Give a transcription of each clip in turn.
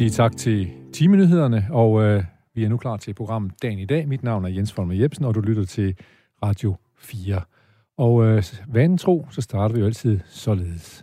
sige tak til Timenyhederne, og vi er nu klar til programmet Dagen i dag. Mit navn er Jens Folmer Jebsen, og du lytter til Radio 4. Og vanen tro, så starter vi jo altid således.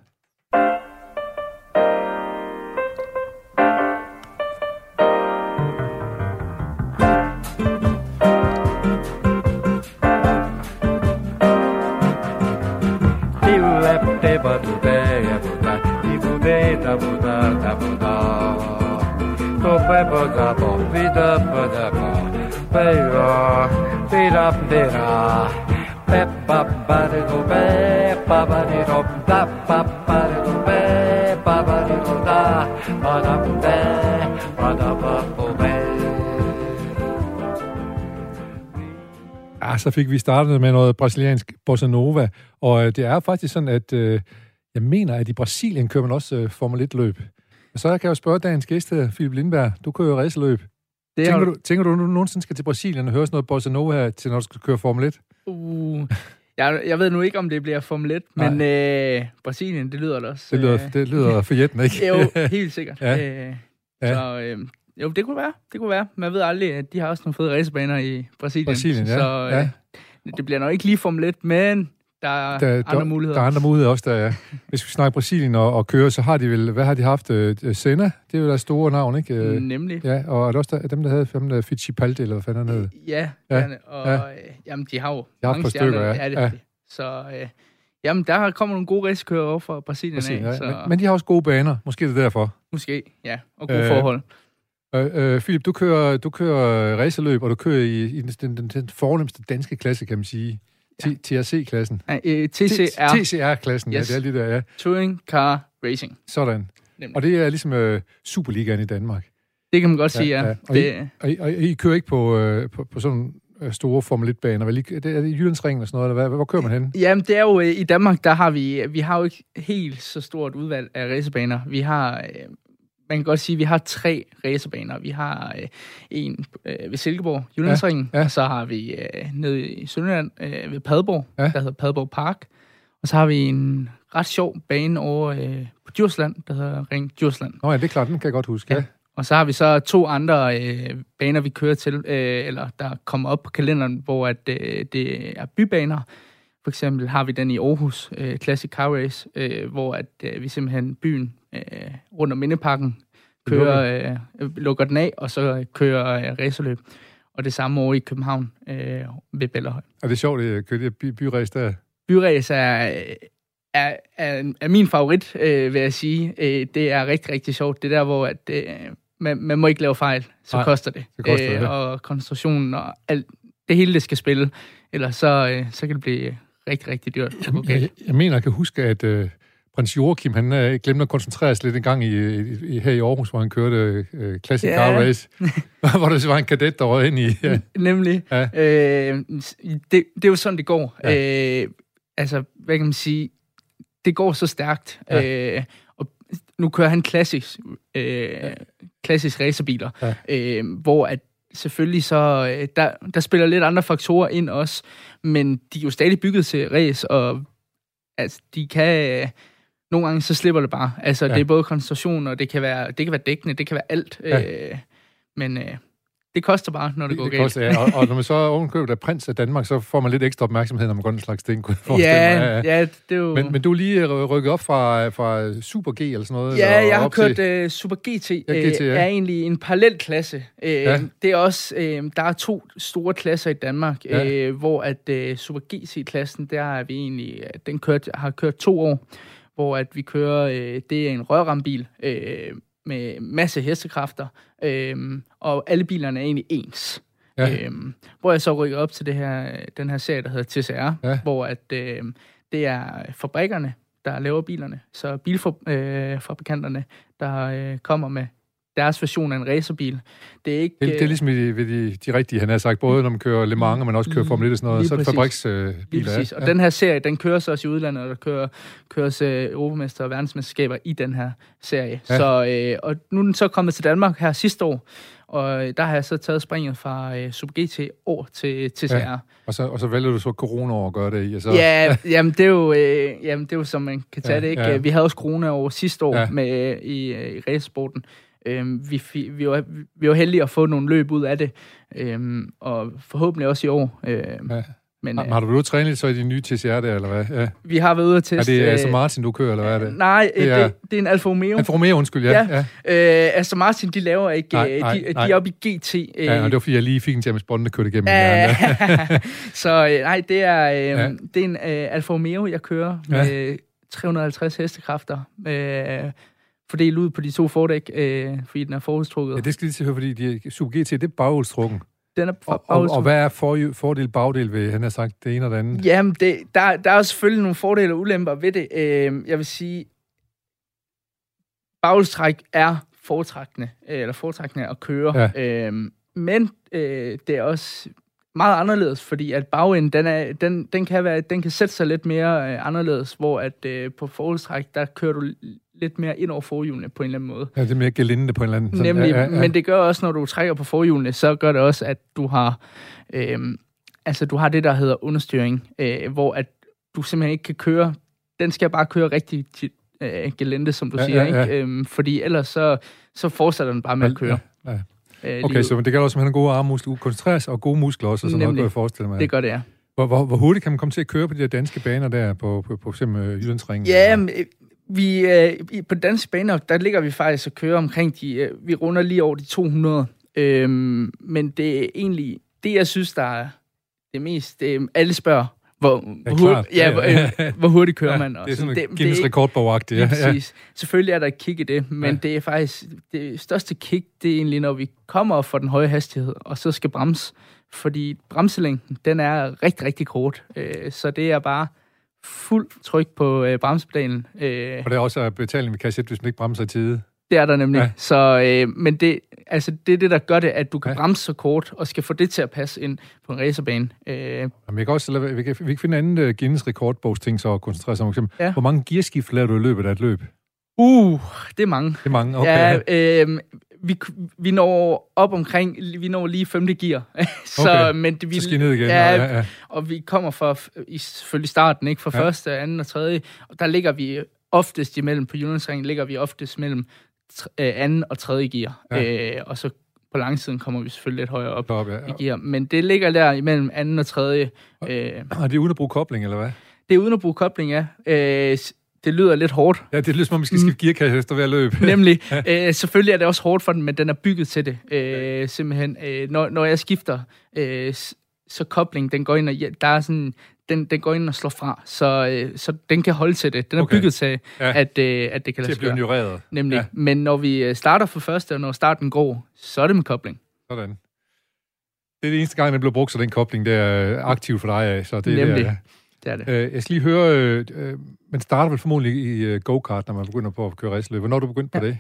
Ja, så fik vi startet med noget brasiliansk bossa nova, og det er faktisk sådan, at jeg mener, at i Brasilien kører man også Formel 1-løb. Og så kan jeg jo spørge dagens gæst, Philip Lindberg. Du kører jo racerløb. Tænker du nogensinde skal til Brasilien og høre sådan noget bossa nova her, til når du skal køre Formel 1? Jeg ved nu ikke, om det bliver Formel 1, men Brasilien, det lyder da også. Det lyder forjættende, ikke? Jo, helt sikkert. Så jo, det kunne være. Man ved aldrig, at de har også nogle fede racerbaner i Brasilien. Så det bliver nok ikke lige Formel 1, men der er andre muligheder. Der er andre muligheder også, der er. Hvis vi snakker Brasilien og kører, så har de vel, hvad har de haft? Senna, det er jo deres store navn, ikke? Nemlig. Ja, og er det også dem, der havde Fittipaldi, eller hvad fanden hed? Ja. Jamen, de har jo mange stjerner. Så jamen, der kommer nogle gode racekører over fra Brasilien af. Så men de har også gode baner, måske er det derfor. Måske, ja, og gode forhold. Philip, du kører racerløb, og du kører i den fornemste danske klasse, kan man sige. TRC-klassen. TCR-klassen, yes. Ja, det er lige der, ja. Touring Car Racing. Sådan. Nemlig. Og det er ligesom Superligaen i Danmark. Det kan man godt sige, ja. Og I kører ikke på sådan store Formel 1-baner, vel? Det er det Jyllandsringen og sådan noget, eller hvad? Hvor kører man hen? Jamen, det er jo i Danmark, der har vi har jo ikke helt så stort udvalg af racerbaner. Vi har man kan godt sige, at vi har 3 racerbaner. Vi har en ved Silkeborg, Jyllandsringen, og så har vi nede i Sønderjylland ved Padborg, der hedder Padborg Park. Og så har vi en ret sjov bane over på Djursland, der hedder Ring Djursland. Nå ja, det er klart, den kan jeg godt huske. Ja. Og så har vi så 2 andre baner, vi kører til, eller der kommer op på kalenderen, hvor at, det er bybaner. For eksempel har vi den i Aarhus, Classic Car Race, hvor at, vi simpelthen byen rundt om Mindeparken lukker den af, og så kører racerløb. Og det samme over i København ved Bellerhøj. Og det er sjovt, at køre det byrace der? Byrace er min favorit, vil jeg sige. Det er rigtig, rigtig sjovt. Det der, hvor at, man må ikke lave fejl, så koster det. Og koncentrationen og alt, det hele, det skal spille. Ellers så kan det blive rigtig, rigtig dyrt. Jeg mener, jeg kan huske, at prins Joachim, han glemte at koncentrere sig lidt en gang her i Aarhus, hvor han kørte Classic Car Race, hvor der så var en kadet, der rød ind i. Ja. Nemlig. Ja. Det er jo sådan, det går. Ja. Altså, hvad kan man sige? Det går så stærkt. Ja. Og nu kører han klassisk racerbiler, hvor at selvfølgelig så, der spiller lidt andre faktorer ind også, men de er jo stadig bygget til race, og altså, de kan nogle gange så slipper det bare. Altså, det er både koncentration, og det kan være dækkende, det kan være alt. Men det koster bare, når det går galt. Koster, ja. Og når man så ovenkøbet af prins af Danmark, så får man lidt ekstra opmærksomhed, når man går en slags ting. Ja, det er jo... Men du er lige rykket op fra Super G eller sådan noget? Ja, jeg har kørt Super GT. Er egentlig en parallel klasse. Det er også, der er 2 store klasser i Danmark, hvor at Super GT-klassen, der er vi egentlig, den har kørt 2 år, hvor at vi kører, det er en rørrambil, med masse hestekræfter, og alle bilerne er egentlig ens. Ja. Hvor jeg så rykker op til den her serie, der hedder TCR, hvor at, det er fabrikkerne, der laver bilerne. Så bilfabrikanterne, der kommer med deres version af en racerbil. Det er ikke... Det er ligesom ved de rigtige, han har sagt, både når man kører Le Mans, og man også kører Formel 1 og sådan noget, så er det fabriksbiler. Ja. Og den her serie, den kører så også i udlandet, og der køres europamester og verdensmesterskaber i den her serie. Ja. Så, og nu er den så kommet til Danmark her sidste år, og der har jeg så taget springet fra Super GT år til TCR. Ja. Og så vælger du så corona over at gøre det i? Og så... Ja, jamen det er jo som man kan tage det, ikke? Ja. Vi havde også corona over sidste år i racesporten. Vi var heldige at få nogle løb ud af det, og forhåbentlig også i år. Men, har du været ude at træne lidt så i de nye TCR der, eller hvad? Ja. Vi har været ude at teste... Er det Aston Martin, du kører, eller hvad er det? Nej, det er en Alfa Romeo. Alfa Romeo, undskyld, ja. Aston Martin, de laver ikke... De er oppe i GT. Ja, og det var fordi, jeg lige fik en James Bond, der kørte igennem. Så nej, det er en Alfa Romeo, jeg kører med 350 hestekræfter. Fordelt ud på de 2 fordæk, fordi den er forhjulstrukket. Ja, det skal lige til at høre, fordi Super GT, det er baghjulstrukken. Den er og hvad er fordel bagdel ved, han har sagt, det ene og det andet? Jamen, der er selvfølgelig nogle fordele og ulemper ved det. Jeg vil sige, baghjulstræk er foretrækkende at køre. Ja. Men det er også meget anderledes, fordi at bagenden, den kan sætte sig lidt mere anderledes, hvor at på forhjulstræk, der kører du lidt mere ind over forhjulene på en eller anden måde. Ja, det er mere gelinde på en eller anden. Nemlig, men det gør også, når du trækker på forhjulene, så gør det også, at du har, du har det, der hedder understyring, hvor at du simpelthen ikke kan køre. Den skal bare køre rigtig gelinde, som du siger, ikke? Fordi ellers så fortsætter den bare med at køre. Ja. Okay, så det gør også, at man har gode armmuskler, koncentreres og gode muskler også, og sådan noget, kan jeg forestille mig. Det gør det, ja. Hvor hurtigt kan man komme til at køre på de der danske baner der, på eksempel Jyllandsringen? Ja, på danske baner, der ligger vi faktisk at køre omkring vi runder lige over de 200. Men det er egentlig, det jeg synes, der er det mest, alle spørger, hvor hurtigt kører man. Det er sådan en Guinness rekordbog-agtigt. Ja. Præcis. Selvfølgelig er der et kick i det, men det er faktisk, det største kick, det er egentlig, når vi kommer for den høje hastighed, og så skal bremse. Fordi bremselængden, den er rigtig, rigtig kort. Så det er bare fuld tryk på bremsepedalen. Og det er også betaling ved kasse 1, hvis man ikke bremser i tide. Det er der nemlig. Ja. Så, men det er det, der gør det, at du kan bremse så kort, og skal få det til at passe ind på en racerbane. Vi kan finde en anden Guinness rekordbogsting, så koncentrere sig om. Hvor mange gearskift laver du i løbet af et løb? Det er mange. Det er mange, okay. Ja, vi når op omkring, vi når lige 5. gear. Så skal I ned igen. Ja. Og vi kommer selvfølgelig starten, ikke? For første, anden og tredje. Og der ligger vi oftest imellem, på Jyllandsringen ligger vi oftest mellem anden og tredje gear. Ja. Og så på langsiden kommer vi selvfølgelig lidt højere op i gear. Men det ligger der imellem anden og tredje. Og det er uden at bruge kobling, eller hvad? Det er uden at bruge kobling, ja. Det lyder lidt hårdt. Ja, det lyder som om, vi skal skifte gearkasse efter hver løb. Nemlig. Selvfølgelig er det også hårdt for den, men den er bygget til det. Simpelthen. Når jeg skifter, så kobling, den går ind og der er sådan, den går ind og slår fra, så den kan holde til det. Den er bygget til, at det kan lade sig gøre. Til at blive ignoreret. Nemlig. Ja. Men når vi starter for første, og når starten går, så er det med kobling. Sådan. Det er det eneste gang, den bliver brugt, så den kobling, det er aktiv for dig. Så det nemlig. Det er det. Jeg skal lige høre, man starter vel formodentlig i go-kart, når man begynder på at køre raceløb. Hvornår er du begyndt på det?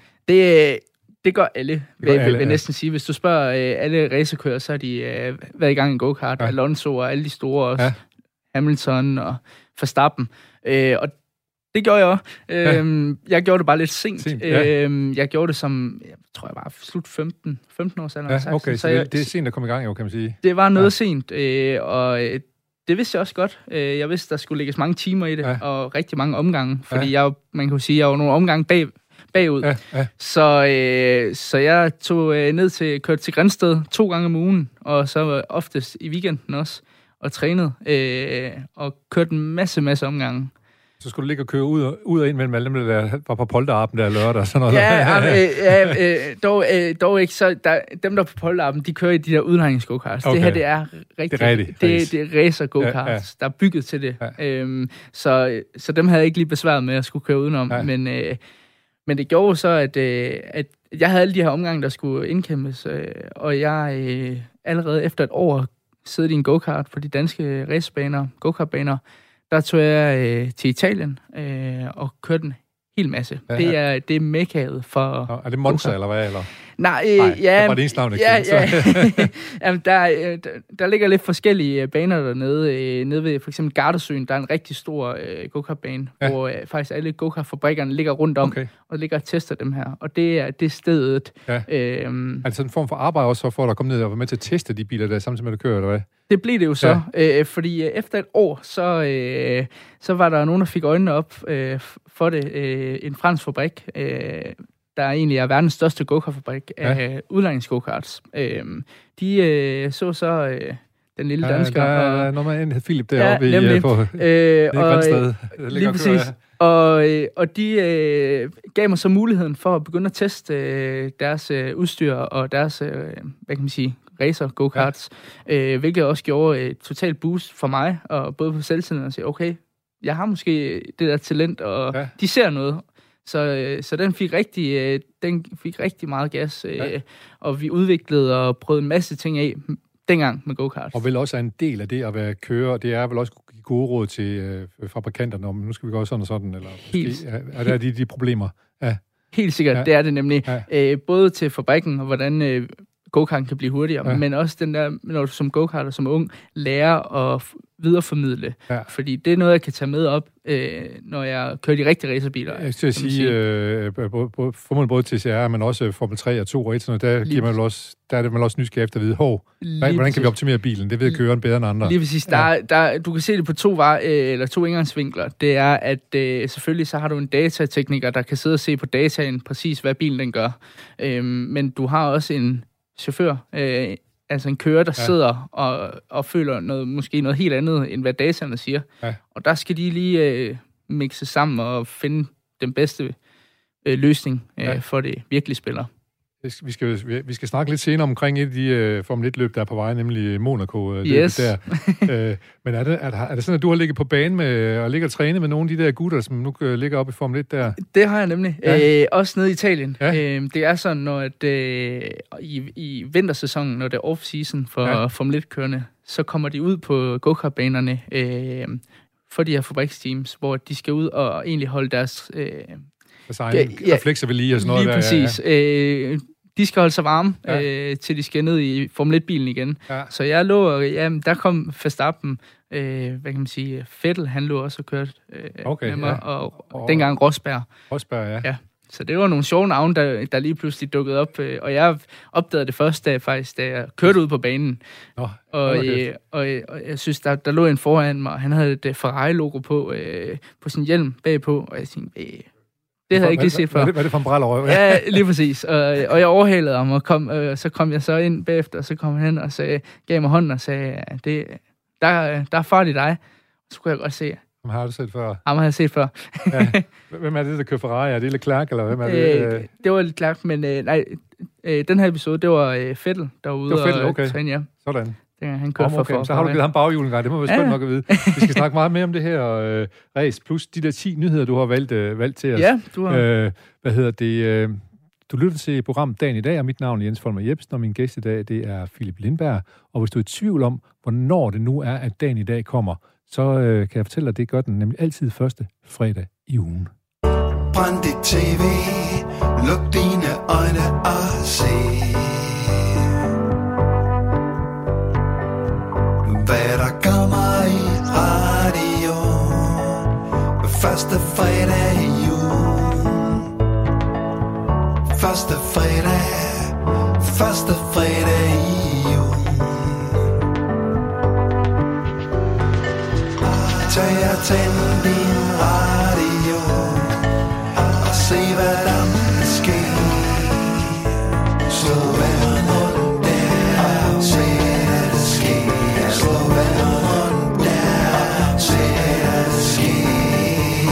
Det gør alle, vil næsten sige. Hvis du spørger alle racerkører, så har de været i gang i go-kart. Ja. Alonso og alle de store også. Hamilton og Verstappen. Og det gjorde jeg også. Jeg gjorde det bare lidt sent. Jeg gjorde det som, jeg tror jeg var slut 15 år siden. Ja, okay, så det er sent at komme i gang, jo, kan man sige. Det var noget sent, og det vidste jeg også godt. Jeg vidste, der skulle lægges mange timer i det, og rigtig mange omgange. Fordi man kan sige, jeg var nogle omgange bagud. Så jeg tog kørte til Grindsted 2 gange om ugen, og så oftest i weekenden også, og trænede, og kørte en masse omgange. Så skulle du ligge og køre ud og ind mellem alle dem, der var på polterappen der lørdag og sådan noget? Dog ikke. Så dem, der er på polterappen, de kører i de der udlejnings-go-karts. Okay. Det her, det er rigtigt. Det er racer-go-karts, der er bygget til det. Ja. Så dem havde jeg ikke lige besværet med at skulle køre udenom. Ja. Men det gjorde så, at jeg havde alle de her omgange, der skulle indkæmpes, og jeg allerede efter et år siddet i en go-kart på de danske racebaner, go-kartbaner, der tog jeg til Italien og kørte en hel masse. Ja. Det er mekkaet for... Er det Monza, eller hvad? Eller? Nej, ja. Var det eneste navn, Jamen, der ligger lidt forskellige baner dernede. Nede ved for eksempel Gardasøen, der er en rigtig stor go-kart-bane, hvor faktisk alle go-kart-fabrikkerne ligger rundt om, og ligger og tester dem her. Og det er stedet. Ja. Er det sådan en form for arbejde også, for at der komme ned og være med til at teste de biler, der samtidig med, at du kører, eller hvad? Det blev det jo så, fordi efter et år, så var der nogen, der fik øjnene op for det. En fransk fabrik, der egentlig er verdens største go-kart-fabrik af udlejnings-go-karts. De så den lille dansker. Der er noget med Philip deroppe i på Grænsted. Lige præcis. Og de gav mig så muligheden for at begynde at teste deres udstyr og deres, hvad kan man sige, racer go-karts, hvilket også gjorde et totalt boost for mig, og både på selvtilliden og sige, okay, jeg har måske det der talent, og de ser noget. Så den fik rigtig meget gas, og vi udviklede og prøvede en masse ting af dengang med go-karts. Og vel også er en del af det at være kører, det er vel også give gode råd til fabrikanterne om, nu skal vi gøre sådan og sådan, eller er der de problemer? Ja. Helt sikkert, det er det nemlig. Ja. Både til fabrikken, og hvordan go-karten kan blive hurtigere, men også den der, når du som go-karter som ung lærer at videreformidle. Ja. Fordi det er noget, jeg kan tage med op, når jeg kører de rigtige racerbiler. Jeg skal sige, formodentlig både til CR, men også Formel 3 og 2 og 1, der er det vel også nysgerrig efter at vide, hvordan kan vi optimere bilen? Det ved køreren bedre end andre. Lige præcis. Du kan se det på to indgangsvinkler. Det er, at selvfølgelig så har du en datatekniker, der kan sidde og se på dataen præcis, hvad bilen den gør. Men du har også en chauffør, altså en kører, der sidder og føler måske noget helt andet, end hvad dataerne siger. Ja. Og der skal de lige mixe sammen og finde den bedste løsning for det virkelige spiller. Vi skal snakke lidt senere omkring et af de Formel 1-løb, der er på vej, nemlig Monaco. Yes. Der. Men er det sådan, at du har ligget på bane med og ligger og træne med nogle af de der gutter, som nu ligger oppe i Formel 1 der? Det har jeg nemlig. Også nede i Italien. Ja. Det er sådan, når i vintersæsonen, når det er off-season for Formel 1-kørende, så kommer de ud på go-kart-banerne for de her fabriksteams, hvor de skal ud og egentlig holde deres reflekser ved lige og sådan noget. Lige præcis. De skal holde sig varme, til de skal ned i Formel 1-bilen igen. Ja. Så jeg lå, der kom Verstappen, hvad kan man sige, Vettel, han lå også og kørte med mig, og dengang Rosberg. Rosberg, ja. Så det var nogle sjove navne, der lige pludselig dukkede op, og jeg opdagede det først, da jeg kørte ud på banen. Og jeg synes, der lå en foran mig, og han havde et Ferrari-logo på sin hjelm bagpå, og jeg tænkte, det havde jeg ikke lige set før. Var det for en brællerøv? Ja, lige præcis. Og jeg overhalede ham, og så kom jeg så ind bagefter, og så kom han hen og gav mig hånden og sagde, der er fart i dig. Så kunne jeg godt se. Ham har du set før? Ham har jeg set før. Ja. Hvem er det, der kører Ferrari? Er det Leclerc, eller hvem er det? Det var Leclerc, men nej, den her episode, det var Vettel, der var ude og træne, ja. Sådan. Han kørte for. Så har du givet ham baghjulen, det må vi skønt nok at vide. Vi skal snakke meget mere om det her race, plus de der 10 nyheder, du har valgt til os. Ja, du har. Du lytter til programmet Dagen i dag, og mit navn er Jens Folmer Jebsen, og min gæst i dag, det er Philip Lindberg. Og hvis du er i tvivl om, hvornår det nu er, at Dagen i dag kommer, så kan jeg fortælle dig, det gør den nemlig altid første fredag i ugen. Brænd dit tv, luk dine øjne og se, hvad der kommer i radio. Første fredag i ugen. Første fredag i ugen. Tag og tænd din radio og se hvad der sker. Slå vandet der, se at det sker. Slå vandet der, se at det sker.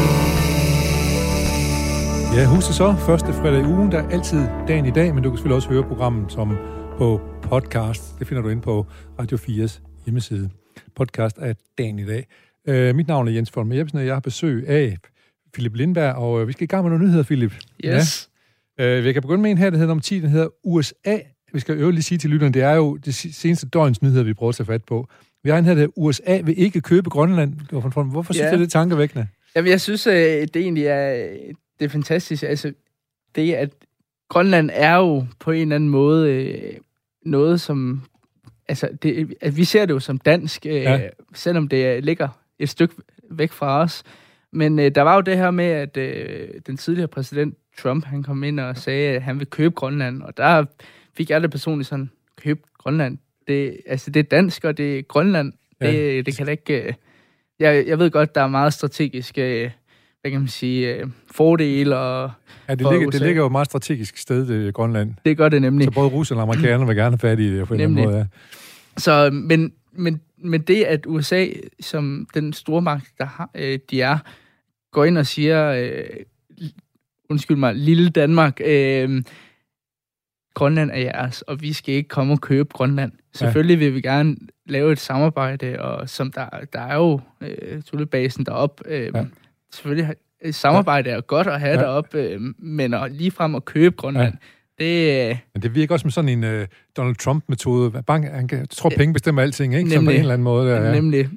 Ja, husk det så. Første fredag i ugen, der er altid Dagen i dag, men du kan selvfølgelig også høre programmet som på podcast. Det finder du inde på Radio 4's hjemmeside. Podcast er Dagen i dag. Mit navn er Jens Folmer Jebsen, og jeg har besøg af Philip Lindberg, og vi skal i gang med nogle nyheder, Philip. Yes. Ja. Vi kan begynde med en her, der hedder om 10, den hedder USA. Vi skal jo lige sige til lytterne, det er jo det seneste døgns nyheder, vi prøver at tage fat på. Vi har en her, der hedder USA vil ikke købe Grønland. Hvorfor synes du, det er tankevækkende? Jamen, jeg synes, det egentlig det er fantastisk. Altså, det at Grønland er jo på en eller anden måde noget, som... Altså, at vi ser det jo som dansk, selvom det ligger et stykke væk fra os. Men der var jo det her med, at den tidligere præsident Trump, han kom ind og sagde, at han vil købe Grønland. Og der fik jeg det personligt sådan, købe Grønland. Det er dansk, og det er Grønland. Det kan da ikke... Jeg ved godt, der er meget strategisk... hvad kan man sige, fordele. Og ja, det ligger jo et meget strategisk sted, det Grønland. Det gør det nemlig. Så både russerne og amerikanerne vil gerne have fat i det på en eller anden måde. Ja. Så, men det, at USA, som den stormagt, de er, går ind og siger, undskyld mig, lille Danmark, Grønland er jeres, og vi skal ikke komme og købe Grønland. Selvfølgelig vil vi gerne lave et samarbejde, og som der er jo Thulebasen deroppe. Selvfølgelig et samarbejde er godt at have deroppe, men at ligefrem at købe Grønland, Men det virker også som sådan en Donald Trump-metode. Jeg tror, penge bestemmer alting, ikke? Som på en eller anden måde. Nemlig.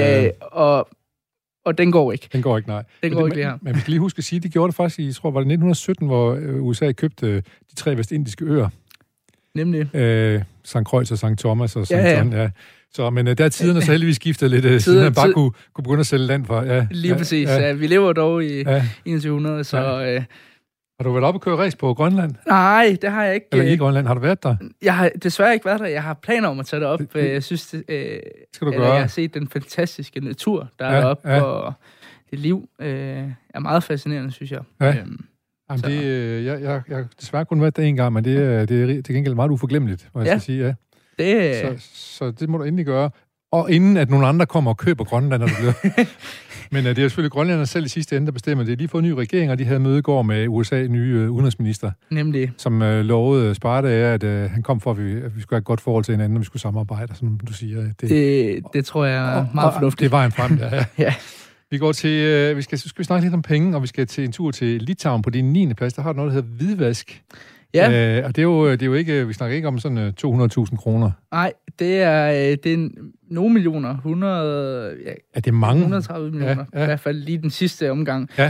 Og den går ikke. Den går ikke, nej. Den går ikke, det her. Men vi skal lige huske at sige, de gjorde det faktisk i, jeg tror, var det 1917, hvor USA købte de 3 vestindiske øer. Nemlig. St. Croix og St. Thomas og St. John, ja. Så, men der er tiderne så heldigvis skiftet lidt, siden han bare kunne begynde at sælge land for. Ja, lige præcis. Ja. Vi lever dog i 2100, så... Ja. Har du været oppe og køre race på Grønland? Nej, det har jeg ikke. Eller i Grønland. Har du været der? Jeg har desværre ikke været der. Jeg har planer om at tage det op. Jeg synes, skal du gøre? Jeg har set den fantastiske natur, der er deroppe, og det liv er meget fascinerende, synes jeg. Ja. Jamen, jeg har desværre kun været der en gang, men det er til gengæld meget uforglemmeligt, må jeg skal sige. Ja. Så det må du endelig gøre. Og inden at nogle andre kommer og køber Grønland, når det bliver... Men det er jo selvfølgelig Grønlanderne selv i sidste ende, der bestemmer. Det er lige fået en ny regering, og de havde møde i går med USA, nye udenrigsminister. Nemlig. Som lovede Sparta af, at han kom for, at vi skulle have et godt forhold til hinanden, og vi skulle samarbejde, som du siger. Det tror jeg er meget fornuftigt. Det er vejen frem, ja. Ja. Vi går til... skal vi snakke lidt om penge, og vi skal til en tur til Litauen på din 9. plads. Der har du noget, der hedder hvidvask. Ja. Og det er jo ikke... Vi snakker ikke om sådan 200.000 kroner. Nej, det er nogle millioner. 100... Ja, det er mange. 130 millioner. Ja. I hvert fald lige den sidste omgang. Ja.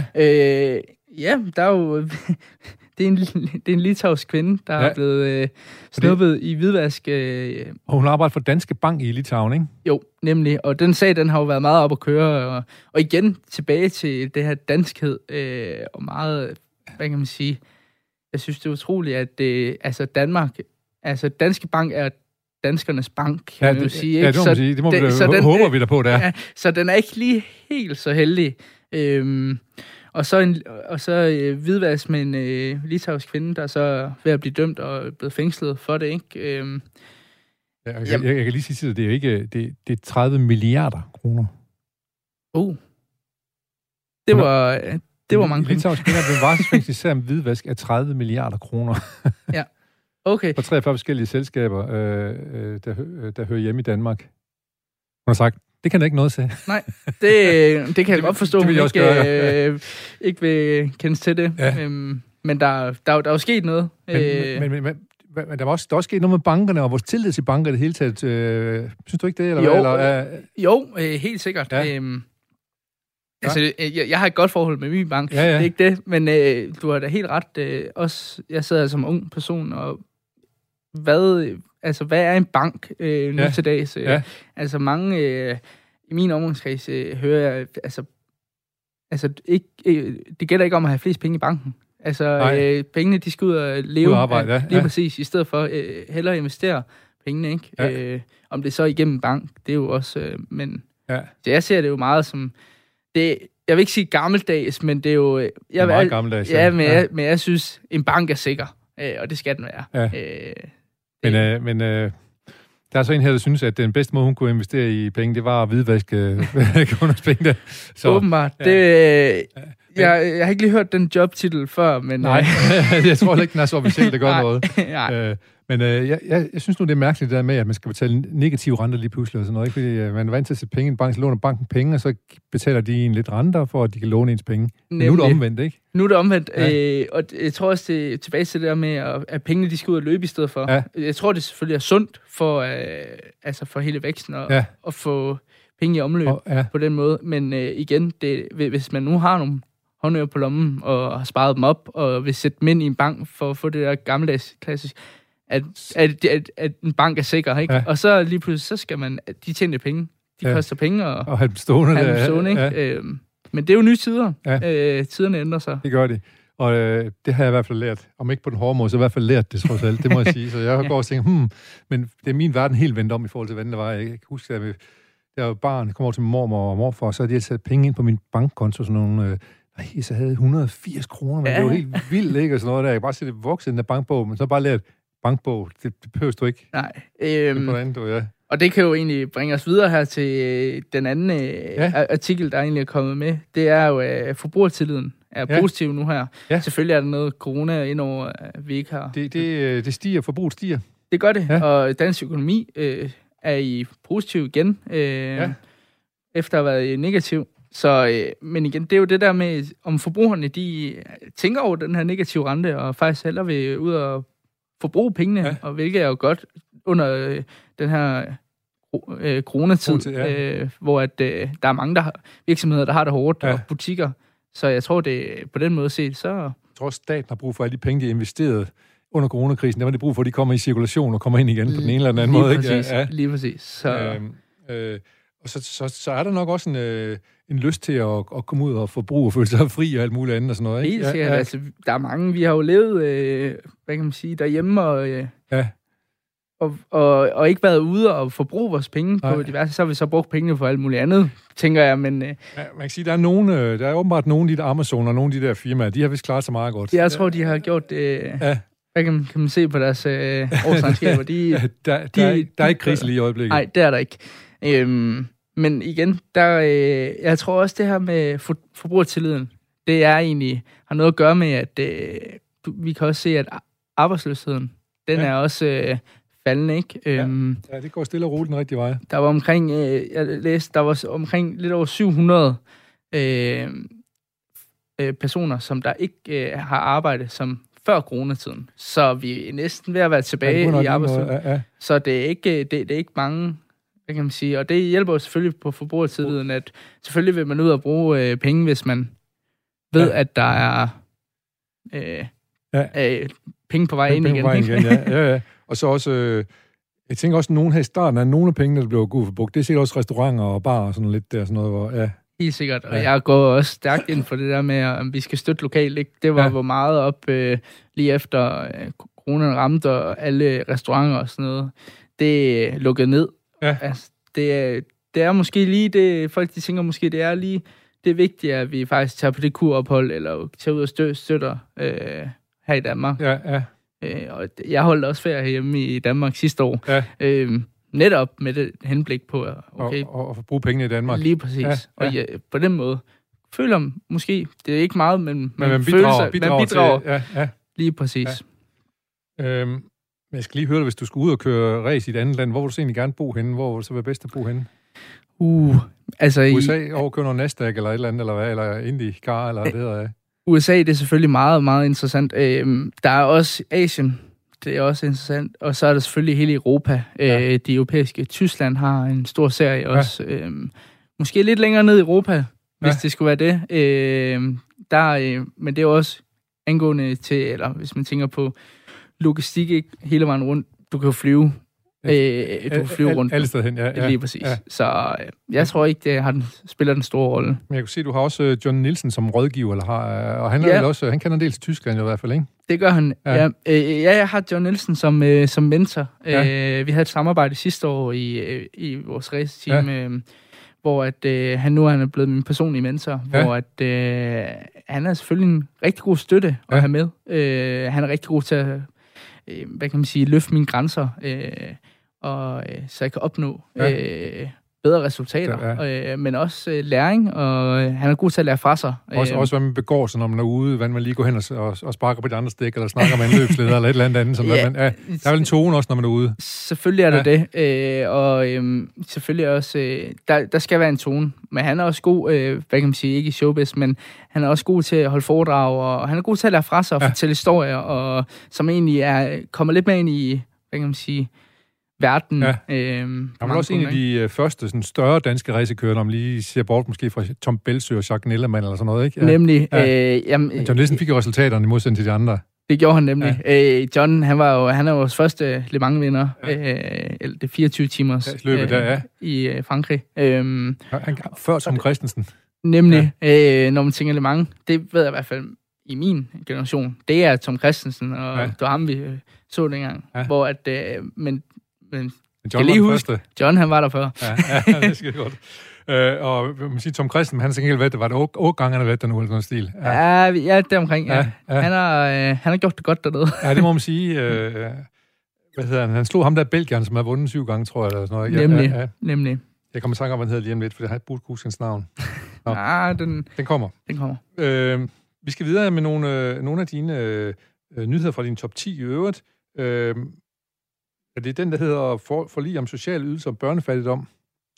Der er jo... Det er en litauisk kvinde, der er blevet snuppet i hvidvask. Og hun arbejder for Danske Bank i Litauen, ikke? Jo, nemlig. Og den sag, den har jo været meget op at køre. Og igen tilbage til det her danskhed. Og meget, hvad kan man sige... Jeg synes, det er utroligt, at Danmark... Altså, Danske Bank er danskernes bank, kan man jo sige. Ikke? Ja, det må man sige. Det må vi håber vi da på, der. Ja, så den er ikke lige helt så heldig. Og så hvidvask med en litauisk kvinde, der er så ved at blive dømt og blevet fængslet for det, ikke? Jeg kan lige sige, at det er ikke... Det er 30 milliarder kroner. Det var mange penge. Litauisk kvinder blev varetægtsfængslet især med hvidvask af 30 milliarder kroner. Ja, okay. For 43 forskellige selskaber, der hører hjemme i Danmark. Hun har sagt, det kan da ikke noget sige. Nej, det kan jeg godt forstå, hun ikke vil kendes til det. Ja. Men der er jo sket noget. Men der er også sket noget med bankerne, og vores tillid til banker i det hele taget. Synes du ikke det? Eller jo, helt sikkert. Ja. Altså, jeg har et godt forhold med min bank, det er ikke det, men du har da helt ret. Også, jeg sidder som ung person, og hvad er en bank nu til dags? Altså mange i min omgangskreds hører jeg, det gælder ikke om at have flest penge i banken. Altså, pengene, de skal ud og leve ud arbejde, lige præcis, i stedet for hellere investere pengene, ikke? Ja. Om det så er igennem bank, det er jo også, men så jeg ser det jo meget som... Jeg vil ikke sige gammeldags, men det er jo... Det er meget gammeldags. Men jeg synes, en bank er sikker, og det skal den være. Ja. Men der er så en her, der synes, at den bedste måde, hun kunne investere i penge, det var at hvidvaske kunders penge der. Så, åbenbart. Jeg har ikke lige hørt den jobtitel før, men... Nej, jeg tror ikke, den er så officielt, det gør noget. Nej. Men jeg synes nu, det er mærkeligt det der med, at man skal betale negative renter lige pludselig og sådan noget. Ikke? Fordi man er vant til at sætte penge i en bank, så låner banken penge, og så betaler de en lidt renter, for at de kan låne ens penge. Men nu er det omvendt, ikke? Nu er det omvendt, og jeg tror også, det er tilbage til det der med, at pengene de skal ud og løbe i stedet for. Ja. Jeg tror, det selvfølgelig er sundt for hele væksten at få penge i omløb på den måde. Men igen, hvis man nu har nogle håndører på lommen og har sparet dem op, og vil sætte dem ind i en bank for at få det der gammeldags klassisk, at en bank er sikker, ikke? Ja. Og så lige pludselig, så skal man... De tjener penge. De koster penge. Og have dem stående. Ikke? Ja. Men det er jo nye tider. Ja. Tiderne ændrer sig. Det gør de. Og det har jeg i hvert fald lært. Om ikke på den hårde måde, så i hvert fald lært det, trods alt. Det må jeg sige. Så jeg går og tænker, men det er min verden helt vendt om i forhold til, hvordan det var. Jeg kan huske, at jeg var barn, kom over til min mormor og morfar, og så havde de sat penge ind på min bankkonto, sådan nogle... Nej, så havde 180 kroner, men det var helt vildt, ikke? Og sådan noget der. Jeg kan bare se det vokse i den der bankbog, men så bare lært bankbog. Det behøver du ikke. Nej. Hvordan du, ja. Og det kan jo egentlig bringe os videre her til den anden artikel, der egentlig er kommet med. Det er jo, at forbrugertilliden er positiv nu her. Ja. Selvfølgelig er der noget corona indover, vi ikke har. Det stiger, forbruget stiger. Det gør det, og dansk økonomi er i positiv igen, efter at have været negativ. Så, men igen, det er jo det der med, om forbrugerne, de tænker over den her negative rente, og faktisk hellere vil ud og forbruge pengene, og hvilket er jo godt under den her coronatid, hvor at, der er mange virksomheder, der har det hårdt, og butikker. Så jeg tror, det på den måde set, så... Jeg tror, staten har brug for alle de penge, de har investeret under coronakrisen. Der var det brug for, at de kommer i cirkulation og kommer ind igen på den ene eller den anden måde. Præcis, ikke? Lige præcis. Så... Og så er der nok også en lyst til at komme ud og forbruge og føle sig fri og alt muligt andet og sådan noget, ikke? Helt sikkert. Altså, der er mange, vi har jo levet, hvad kan man sige, derhjemme og ikke været ude og forbruge vores penge på diverse, så har vi så brugt pengene for alt muligt andet, tænker jeg, men... man kan sige, der er åbenbart nogle af de der Amazon og nogle af de der firmaer, de har vist klaret sig meget godt. Jeg tror, de har gjort hvad kan man se på deres årsregnskaber? Der er ikke krise lige i øjeblikket. Nej, det er der ikke. Men igen, jeg tror også, det her med forbrugertilliden, det er egentlig, har noget at gøre med, at vi kan også se, at arbejdsløsheden, den er også faldende, ikke? Ja, det går stille og roligt den rigtige vej. Der var omkring, jeg læste, der var omkring lidt over 700 personer, som der ikke har arbejde som før coronatiden. Så vi er næsten ved at være tilbage i arbejdsløsheden. Så det er ikke mange... Det kan man sige, og det hjælper jo selvfølgelig på forbrugertilliden, at selvfølgelig vil man ud og bruge penge, hvis man ved, at der er penge på vej ind igen. Ja. Og så også, jeg tænker også, at nogen her i starten af nogle af pengene, der bliver god forbrugt, det er sikkert også restauranter og bar og sådan lidt der, sådan noget, hvor, Helt sikkert, og jeg går også stærkt ind for det der med, at vi skal støtte lokalt, ikke? Det var hvor meget op lige efter coronaen ramte, og alle restauranter og sådan noget, det lukkede ned. Ja. Altså, det er måske lige det, folk de tænker måske, det er lige det vigtige, at vi faktisk tager på det kurophold, eller tager ud og støtter her i Danmark. Ja. Og jeg holdt også ferie hjemme i Danmark sidste år. Ja. Netop med det henblik på, okay. Og bruge pengene i Danmark. Lige præcis. Ja. Og på den måde føler måske, det er ikke meget, men man bidrager til, lige præcis. Ja. Men jeg skal lige høre dig, hvis du skulle ud og køre race i et andet land, hvor vil du så egentlig gerne bo henne? Hvor vil det så være bedst at bo henne? Altså USA overkører noget Nasdaq eller et eller andet, eller hvad? Eller IndyCar, eller hvad det hedder? USA, det er selvfølgelig meget, meget interessant. Der er også Asien, det er også interessant. Og så er der selvfølgelig hele Europa. De europæiske. Tyskland har en stor serie også. Måske lidt længere ned i Europa, hvis det skulle være det. Men det er også angående til, eller hvis man tænker på logistik, ikke hele vejen rundt. Du kan jo flyve. Du kan flyve rundt. Alle steder hen, ja. Lige præcis. Ja. Så jeg tror ikke, det spiller den store rolle. Men jeg kan se, du har også John Nielsen som rådgiver, og han er vel også, han kender en del til Tyskland i hvert fald, ikke? Det gør han. Ja. Jeg har John Nielsen som mentor. Ja. Vi havde et samarbejde sidste år i vores race-team, hvor at, han er blevet min personlige mentor, hvor at, han er selvfølgelig en rigtig god støtte at have med. Han er rigtig god til at hvad kan man sige, løfte mine grænser, så jeg kan opnå bedre resultater, men også læring, og han er god til at lære fra sig. Også hvad man begår sig, når man er ude, hvordan man lige går hen og sparker på et andet stik, eller snakker med en løbsleder, eller et eller andet. Som der er vel en tone også, når man er ude. Selvfølgelig er der det, og selvfølgelig også, der skal være en tone, men han er også god, hvad kan man sige, ikke i showbiz, men han er også god til at holde foredrag, og han er god til at lære fra sig og fortælle historier, og som egentlig kommer lidt med ind i, hvad kan man sige, verden. Ja. Han var også en af de første sådan, større danske racekører, når man lige ser bort måske fra Tom Belsø og Jacques Nellermann eller sådan noget, ikke? Ja. Nemlig. Men John Nielsen fik jo resultaterne i modsætning til de andre. Det gjorde han nemlig. Ja. John, han er jo vores første Le Mans-vinder. Det 24 timers løbet der, i Frankrig. Før Tom Christensen. Nemlig, når man tænker Le Mans, det ved jeg i hvert fald i min generation, det er Tom Christensen, og det var ham, vi så dengang. Ja. Hvor at, men John var den første. John, han var der før. Ja, det skal godt. Og man siger, Tom Christen, han har sikkert været det. Var det 8 gange, han har været der nu, eller sådan noget stil? Ja, deromkring, ja. Han har gjort det godt dernede. Ja, det må man sige. Hvad hedder han? Han slog ham der Belgien, som har vundet 7 gange, tror jeg, eller sådan noget. Nemlig. Jeg kommer i tanke om, hvad han hedder lige om lidt, for det har jeg brugt huske hans navn. Den kommer. Vi skal videre med nogle af dine nyheder fra din top 10 i øvrigt. Er det den, der hedder forlig om social ydelse og børnefattigdom?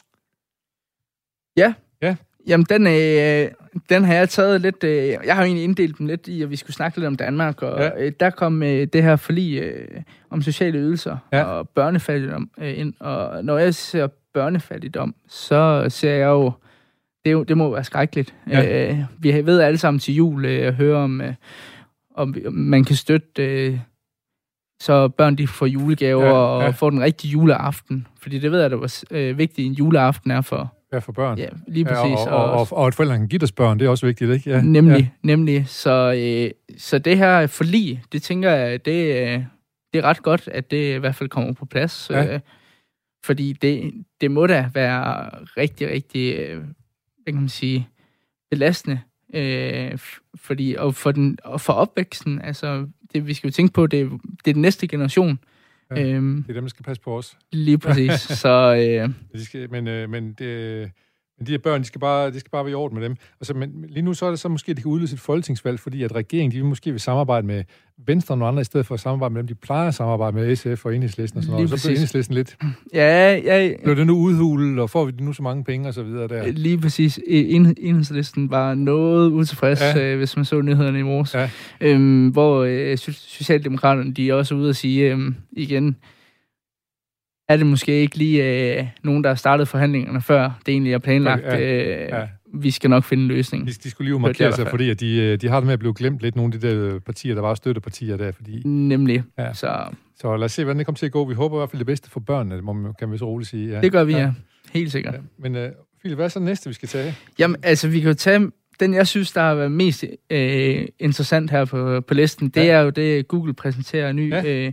Ja. Jamen, den har jeg taget lidt... jeg har jo egentlig inddelt dem lidt i, at vi skulle snakke lidt om Danmark, og der kom det her forlig om sociale ydelser og børnefattigdom ind. Og når jeg ser børnefattigdom, så ser jeg jo... Det må være skrækkeligt. Ja. Vi ved alle sammen til jul at høre om man kan støtte... så børn de får julegaver og får den rigtige juleaften. Fordi det ved jeg, det var vigtigt, en juleaften er for... Ja, for børn. Ja, lige præcis. Og at forældrene kan give deres børn, det er også vigtigt, ikke? Ja. Nemlig. Så det her forlig, det tænker jeg, det er ret godt, at det i hvert fald kommer på plads. Fordi det må da være rigtig, rigtig, hvad kan man sige, belastende. Fordi, og for opvæksten, altså, vi skal jo tænke på, det er den næste generation. Ja, det er dem, der skal passe på os. Lige præcis. Så, men de her børn, de skal bare være i orden med dem. Altså, men lige nu så er det så måske, at det kan udløse et folketingsvalg, fordi at regeringen, de måske vil samarbejde med Venstre og nogle andre, i stedet for at samarbejde med dem. De plejer at samarbejde med SF og Enhedslisten og sådan noget. Og så bliver Enhedslisten lidt... Ja. Bliver det nu udhulet, og får vi nu så mange penge og så videre der? Lige præcis. Enhedslisten var noget utilfreds, hvis man så nyhederne i morges. Ja. Hvor Socialdemokraterne, de er også ude at sige igen... er det måske ikke lige nogen, der har startet forhandlingerne før det egentlig er planlagt. Vi skal nok finde en løsning. De skulle lige markere sig, fordi at de har det med at blive glemt lidt, nogle af de der partier, der var støttepartier der. Fordi, nemlig. Ja. Så lad os se, hvordan det kommer til at gå. Vi håber i hvert fald det bedste for børnene, kan vi så roligt sige. Ja. Det gør vi, ja. Helt sikkert. Ja. Men Philip, hvad er så næste, vi skal tage? Jamen, altså, vi kan jo tage... Den, jeg synes, der har været mest interessant her på listen, det er jo det, Google præsenterer ny...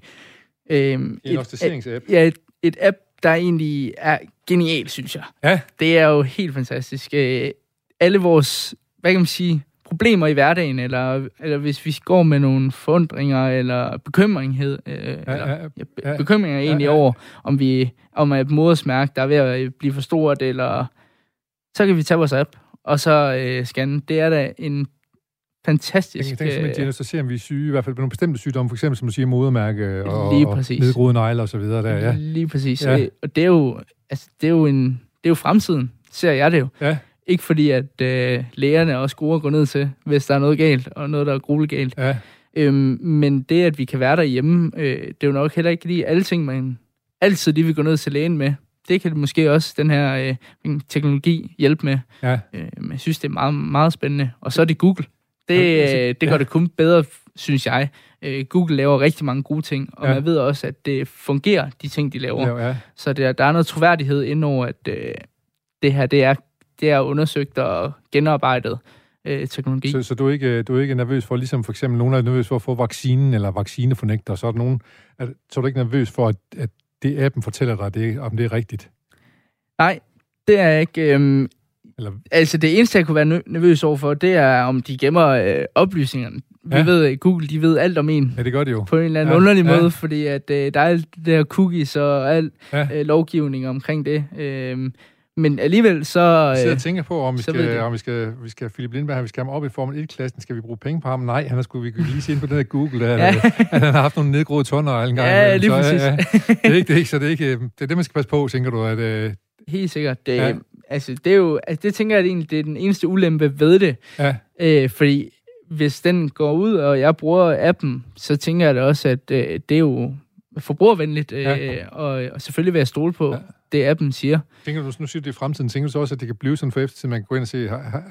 en opdateringsapp. Ja, et app, der egentlig er genial, synes jeg. Ja. Det er jo helt fantastisk. Alle vores, hvad kan man sige, problemer i hverdagen, eller hvis vi går med nogle forundringer, eller bekymringer egentlig over, om et modersmærke, der er ved at blive for stort, eller så kan vi tage vores app, og så scanne. Det er da en fantastisk... Jeg tænker simpelthen, så ser vi er syge, i hvert fald på nogle bestemte sygdomme, for eksempel, som du siger, modermærke og nedgroede negle og så videre der, ja. Lige præcis. Ja. Og det er jo fremtiden, ser jeg det jo. Ja. Ikke fordi, at lægerne og skruer går ned til, hvis der er noget galt, og noget, der er gruelegalt. Ja. Men det, at vi kan være derhjemme, det er jo nok heller ikke lige alle ting, man altid lige vil gå ned til lægen med. Det kan måske også den her teknologi hjælpe med. Ja. Men jeg synes, det er meget, meget spændende. Og så er det Google. Det gør det kun bedre, synes jeg. Google laver rigtig mange gode ting, og man ved også, at det fungerer, de ting, de laver. Ja. Så der er noget troværdighed indover, at det her, det er undersøgt og genarbejdet teknologi. Så du er ikke nervøs for, ligesom for eksempel, nogen er nervøs for at få vaccinen eller vaccinefornægter, så er du ikke nervøs for, at det appen fortæller dig, om det er rigtigt? Nej, det er jeg ikke. Altså, det eneste, jeg kunne være nervøs overfor, det er, om de gemmer oplysningerne. Vi ved, at Google, de ved alt om en. Ja, det gør de jo. På en eller anden underlig måde, fordi at der er alt det der cookies og alt lovgivning omkring det. Men alligevel så... Jeg sidder og tænker på, om vi skal Philip Lindberg, vi skal have ham op i Formel 1-klassen. Skal vi bruge penge på ham? Nej, vi kan lige se ind på den der Google, der, at han har haft nogle nedgroede tånder en gang. Ja, lige præcis. Det er ikke det, så det er det, man skal passe på, tænker du, at... Helt sikkert. Altså, det er jo... Altså, det tænker jeg egentlig, det er den eneste ulempe ved det. Ja. Fordi hvis den går ud, og jeg bruger appen, så tænker jeg da også, at det er jo forbrugervenligt, og selvfølgelig vil jeg stole på det, appen siger. Tænker du, nu siger du det i fremtiden, tænker du så også, at det kan blive sådan for eftertid, man kan gå ind og se,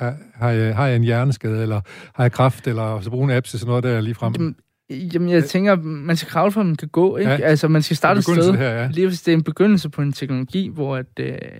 har jeg en hjerneskade, eller har jeg kræft, eller så bruge en app til sådan noget der lige frem? Jamen, jeg tænker, man skal kravle for, at man kan gå, ikke? Ja. Altså, man skal starte et sted. Her, lige hvis det er en begyndelse på en teknologi, hvor at,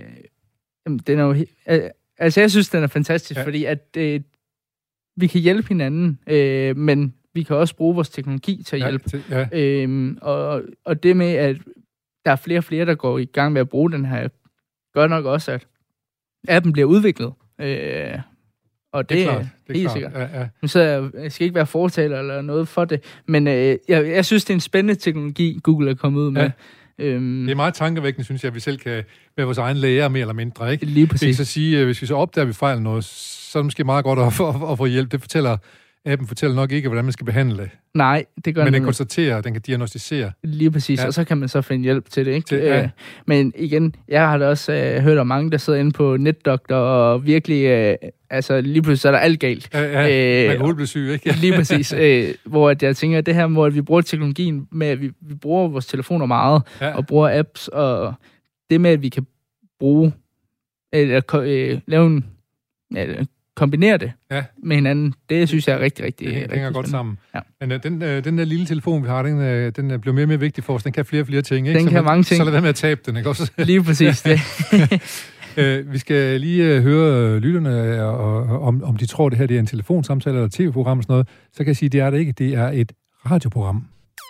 den er jo... Altså, jeg synes, den er fantastisk, fordi at vi kan hjælpe hinanden, men vi kan også bruge vores teknologi til at hjælpe. Og det med, at der er flere og flere, der går i gang med at bruge den her app. Gør nok også, at appen bliver udviklet. Og det er klart, helt sikkert. Ja. Nu så jeg skal ikke være fortaler eller noget for det, men jeg synes, det er en spændende teknologi, Google er kommet ud med. Det er meget tankevækkende, synes jeg, at vi selv kan være vores egen læger, mere eller mindre. Ikke? Lige præcis. Så sige, hvis vi så opdager, at vi fejler noget, så er det måske meget godt at få hjælp. Appen fortæller nok ikke, hvordan man skal behandle det. Nej, det gør men den konstaterer, den kan diagnostisere. Lige præcis, og så kan man så finde hjælp til det, ikke? Men igen, jeg har da også hørt om mange, der sidder inde på NetDoctor, og virkelig, lige pludselig så er der alt galt. Man kan hurtigt blive syg, ikke? Lige præcis. Hvor jeg tænker, at det her måde, at vi bruger teknologien med, at vi bruger vores telefoner meget, og bruger apps, og det med, at vi kan bruge, eller lave en... kombinere det med hinanden, det synes jeg er rigtig, rigtig det hænger godt sammen. Ja. Men den der lille telefon, vi har, den bliver mere og mere vigtig for os. Den kan flere og flere ting, ikke? Den kan mange ting. Så lad være med at tabe den, ikke også? Lige præcis det. Vi skal lige høre lytterne, om de tror, det her det er en telefonsamtale eller et tv-program og sådan noget. Så kan jeg sige, det er det ikke. Det er et radioprogram.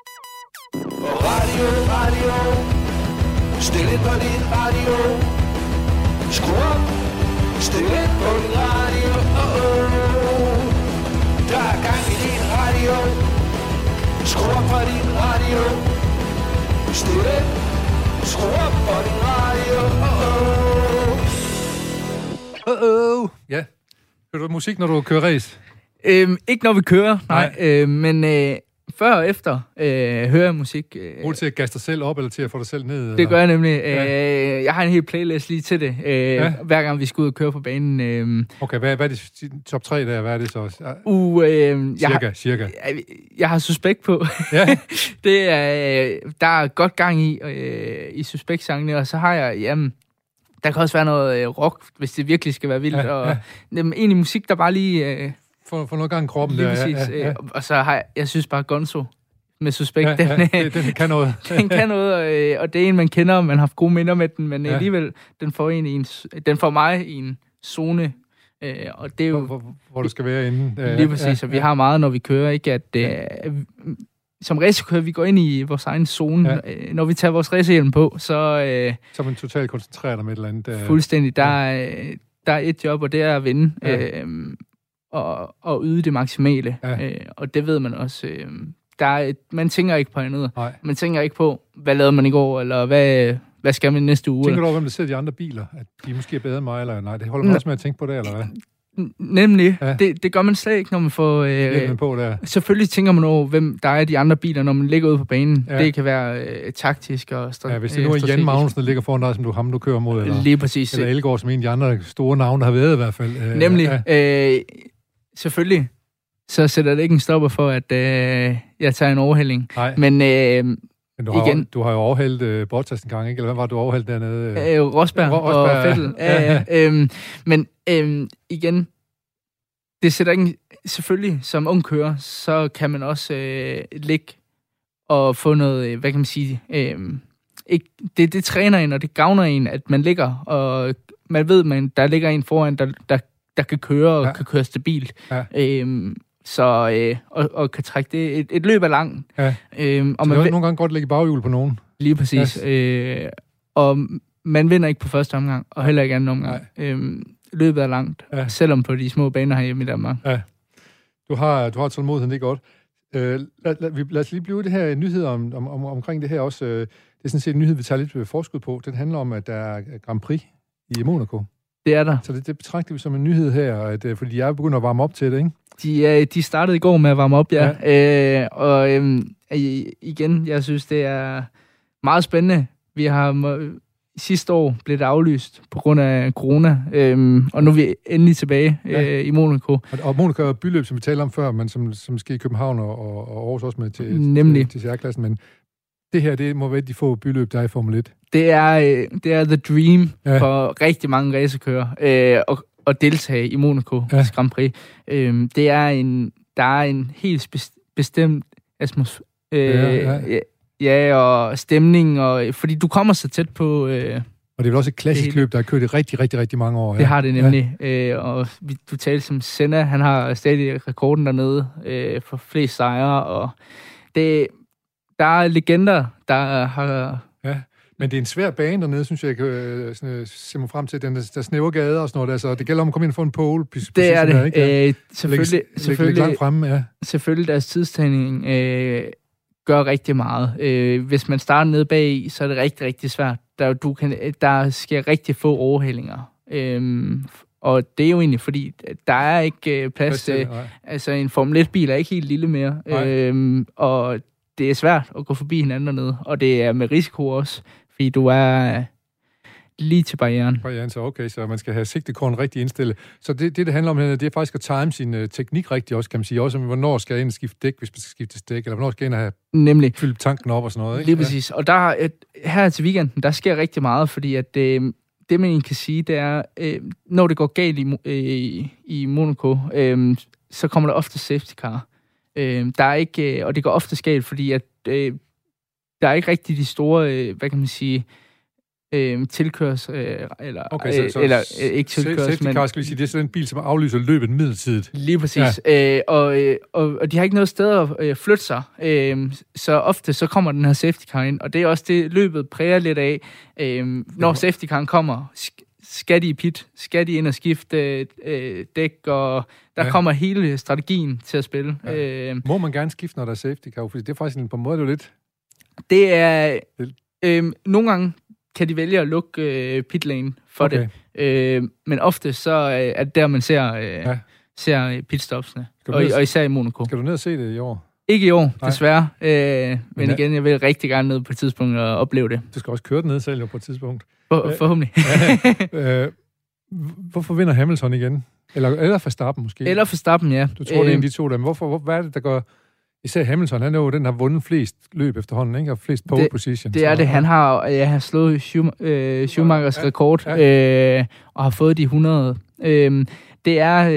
Radio. Stille på din radio. Skru op. Stille på din radio. Der er gang i din radio. Skru op på din radio. Stille. Skru op på din radio. Ja. Hører du musik, når du kører race? Ikke når vi kører, nej. Men før og efter hører jeg musik. Bruger du til at gasse dig selv op, eller til at få dig selv ned? Det gør jeg nemlig. Jeg har en hel playlist lige til det, hver gang vi skal ud og køre på banen. Okay, hvad er det top 3 der? Hvad er det så? Cirka. Jeg har Suspekt på. Ja. Der er godt gang i Suspekt-sangene, og så har jeg, der kan også være noget rock, hvis det virkelig skal være vildt. Og egentlig musik, der bare lige... Få noget gang i kroppen lige der. Præcis. Ja. Og så har jeg synes bare Gonzo med Suspekt. Den kan noget. Den kan noget, og det er en, man kender, og man har haft gode minder med den, men alligevel, den får mig i en zone, og det er jo... Hvor du skal være inde. Lige præcis, og vi har meget, når vi kører, ikke? At som racerkører, vi går ind i vores egen zone. Når vi tager vores racerhjelm på, så... Så man totalt koncentrerer dig med et eller andet. Fuldstændig. Der er et job, og det er at vinde. Og yde det maksimale. Og det ved man også. Man tænker ikke på andet. Man tænker ikke på, hvad lavede man i går, eller hvad skal man næste uge. Tænker du over, hvem der sidder i de andre biler? At de måske er bedre end mig, eller nej? Det holder man også med at tænke på det, eller hvad? Nemlig. Ja. Det gør man slet ikke, når man får... på der. Selvfølgelig tænker man over, hvem der er i de andre biler, når man ligger ude på banen. Ja. Det kan være taktisk og strategisk. Hvis det nu er Jan Magnussen, der ligger foran dig, som du kører mod, eller, lige præcis. Eller Elgaard, som en af de andre store navne, der har været i hvert fald. Nemlig. Selvfølgelig. Så sætter det ikke en stopper for, at jeg tager en overhælling. Nej. Men du har jo overhældt Bottas en gang, ikke? Eller hvad var du overhældt dernede? Rosberg og Vettel. Men igen, det sætter ikke... Selvfølgelig, som ung kører, så kan man også ligge og få noget, hvad kan man sige... Det træner en, og det gavner en, at man ligger, og man ved, der ligger en foran, der kan køre og kan køre stabilt. Og kan trække det. Et løb er langt. Ja. Og man nogle gange godt lægge baghjul på nogen. Lige præcis. Og man vinder ikke på første omgang, og heller ikke anden omgang. Løbet er langt, selvom på de små baner herhjemme i Danmark. Ja. Du har tålmodigheden, det er godt. Lad os lige blive det her nyhed omkring det her også. Det er sådan set en nyhed, vi tager lidt forskud på. Den handler om, at der er Grand Prix i Monaco. Det er der. Så det betragter vi som en nyhed her, fordi jeg er begyndt at varme op til det, ikke? De startede i går med at varme op, igen, jeg synes, det er meget spændende. Vi har sidste år blev det aflyst på grund af corona, og nu er vi endelig tilbage i Monaco. Og Monaco er byløb, som vi talte om før, men som sker i København og Aarhus også med til CR-klassen, men det her, det må være de få byløb, der er i Formel 1. Det er the dream for rigtig mange racerkører at deltage i Monaco Grand Prix. Der er en helt bestemt atmosfære, og stemning, og fordi du kommer så tæt på... og det er vel også et klassisk løb, der har kørt i rigtig, rigtig, rigtig mange år. Det har det nemlig. Og du talte som Senna, han har stadig rekorden dernede for flest sejre, og der er legender, der har Men det er en svær bane dernede, synes jeg kan se mig frem til. Der snæver gader og sådan noget der, så det gælder om at komme ind og få en pole. Det er det. Der, ikke? Selvfølgelig langt fremme, ja. Selvfølgelig deres tidstagning gør rigtig meget. Hvis man starter nede bag, så er det rigtig, rigtig svært. Der sker rigtig få overhældinger. Og det er jo egentlig, fordi der er ikke plads til... Altså, en Formel 1-bil er ikke helt lille mere. Og det er svært at gå forbi hinanden dernede. Og det er med risiko også, fordi du er lige til barrieren. Så okay, så man skal have sigtekorn rigtig indstillet. Så det handler om, det er faktisk at time sin teknik rigtig også, kan man sige. Også om, hvornår skal jeg ind og skifte dæk, hvis man skal skifte dæk, eller hvornår skal jeg ind og have fyldt tanken op og sådan noget. Ikke? Lige præcis. Og her til weekenden, der sker rigtig meget, fordi at det, man kan sige, det er, når det går galt i Monaco, så kommer der ofte safety car. Der er ikke, og det går ofte galt, fordi at der er ikke rigtig de store, hvad kan man sige, tilkørs, eller ikke tilkørs, safety car, skal vi sige, det er sådan en bil, som aflyser løbet midlertidigt. Lige præcis. Ja. Og de har ikke noget sted at flytte sig. Så ofte så kommer den her safety car ind, og det er også det, løbet præger lidt af. Når safety car kommer, skal de i pit, skal de ind og skifte dæk, og der kommer hele strategien til at spille. Ja. Må man gerne skifte, når der er safety car? Fordi det er faktisk på en måde, det er lidt... Det er... nogle gange kan de vælge at lukke pitlane for det. Men ofte så er det der, man ser pitstopsene. Og især i Monaco. Skal du ned og se det i år? Ikke i år, desværre. Men igen, jeg vil rigtig gerne ned på et tidspunkt og opleve det. Du skal også køre det ned selv på et tidspunkt. Forhåbentlig. Hvorfor vinder Hamilton igen? Eller Verstappen måske? Eller Verstappen, ja. Du tror, det er en af de to der. Hvad er det, der gør... Især Hamilton, han er jo den, der har vundet flest løb efterhånden, ikke? Og flest pole positions. Det er det. Han har slået Schumachers rekord, og har fået de 100. Det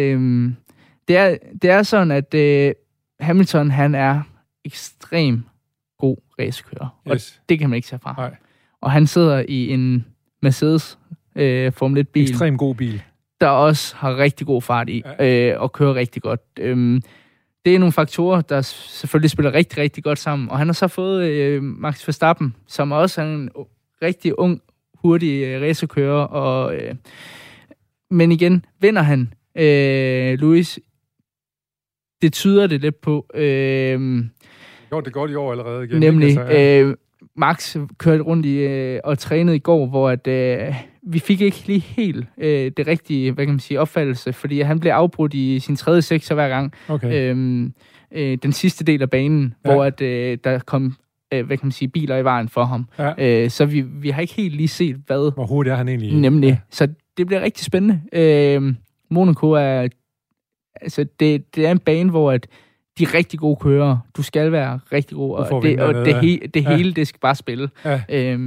er sådan, at Hamilton, han er ekstrem god racekører. Yes. Og det kan man ikke tage fra. Nej. Og han sidder i en Mercedes Formel 1-bil. Ekstrem god bil. Der også har rigtig god fart i, og kører rigtig godt. Det er nogle faktorer, der selvfølgelig spiller rigtig, rigtig godt sammen. Og han har så fået Max Verstappen, som også er en rigtig ung, hurtig racerkører. Men igen, vinder han Lewis. Det tyder det lidt på. Jo, det godt i år allerede igen. Nemlig, Max kørte rundt og trænede i går, hvor vi fik ikke lige helt det rigtige, hvad kan man sige, opfattelse, fordi han blev afbrudt i sin tredje sektor hver gang. Okay. Den sidste del af banen, hvor der kom hvad kan man sige, biler i vejen for ham. Ja. Så vi har ikke helt lige set, hvor hurtigt er han egentlig? Nemlig. Ja. Så det bliver rigtig spændende. Monaco er... Altså, det er en bane, hvor de er rigtig gode kører. Du skal være rigtig god, og det hele, det skal bare spille. Ja.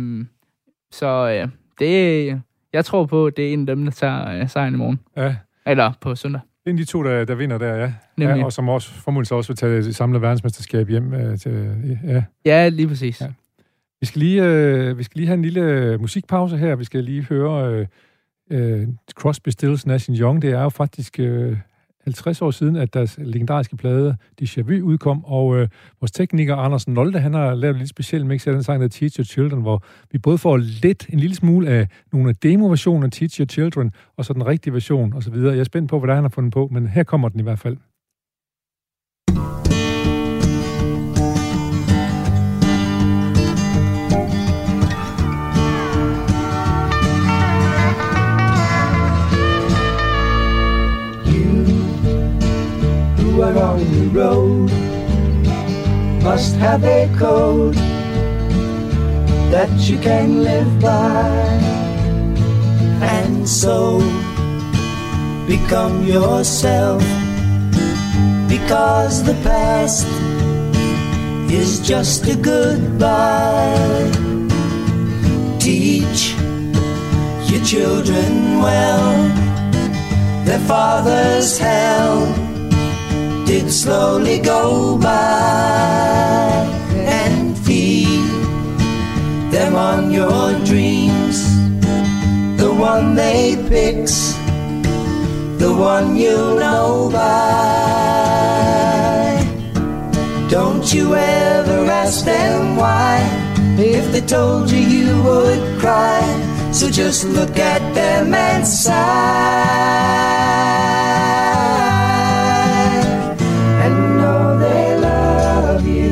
Jeg tror på, at det er en af dem, der tager sejren i morgen. Ja. Eller på søndag. En af de to, der vinder der, ja. Og som også formodentlig også vil tage det samlede verdensmesterskab hjem. Ja, lige præcis. Ja. Vi skal lige have en lille musikpause her. Vi skal lige høre Crosby, Stills, Nash & Young. Det er jo faktisk 50 år siden, at deres legendariske plade Déjà Vu udkom, og vores tekniker Anders Nolde, han har lavet et lidt specielt mix af den sang, der Teach Your Children, hvor vi både får en lille smule af nogle af demo-versioner af Teach Your Children, og så den rigtige version, og så videre. Jeg er spændt på, hvad der han har fundet på, men her kommer den i hvert fald. Are on the road must have a code that you can live by, and so become yourself, because the past is just a goodbye. Teach your children well, their father's hell did slowly go by, and feed them on your dreams, the one they picks, the one you'll know by. Don't you ever ask them why, if they told you you would cry. So just look at them and sigh, and know they love you.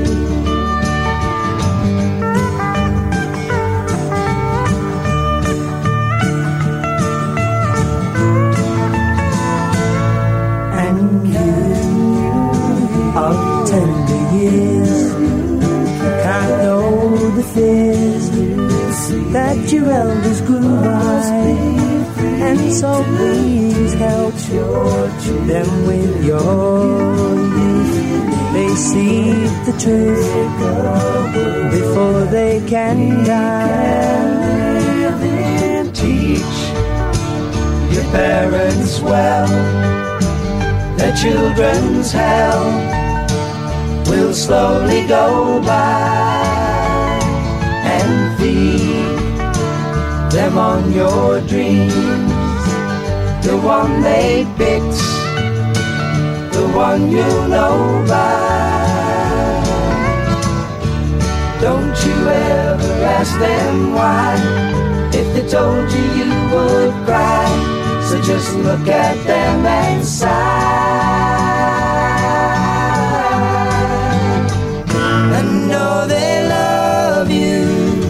And you of tender years can't know the fears that your elders grew by, and so please help them with your youth. They see the truth before they can die. Teach your parents well, their children's hell will slowly go by, and feed them on your dreams, the one they picked, the one you know by. Don't you ever ask them why, if they told you you would cry. So just look at them and sigh, and know they love you.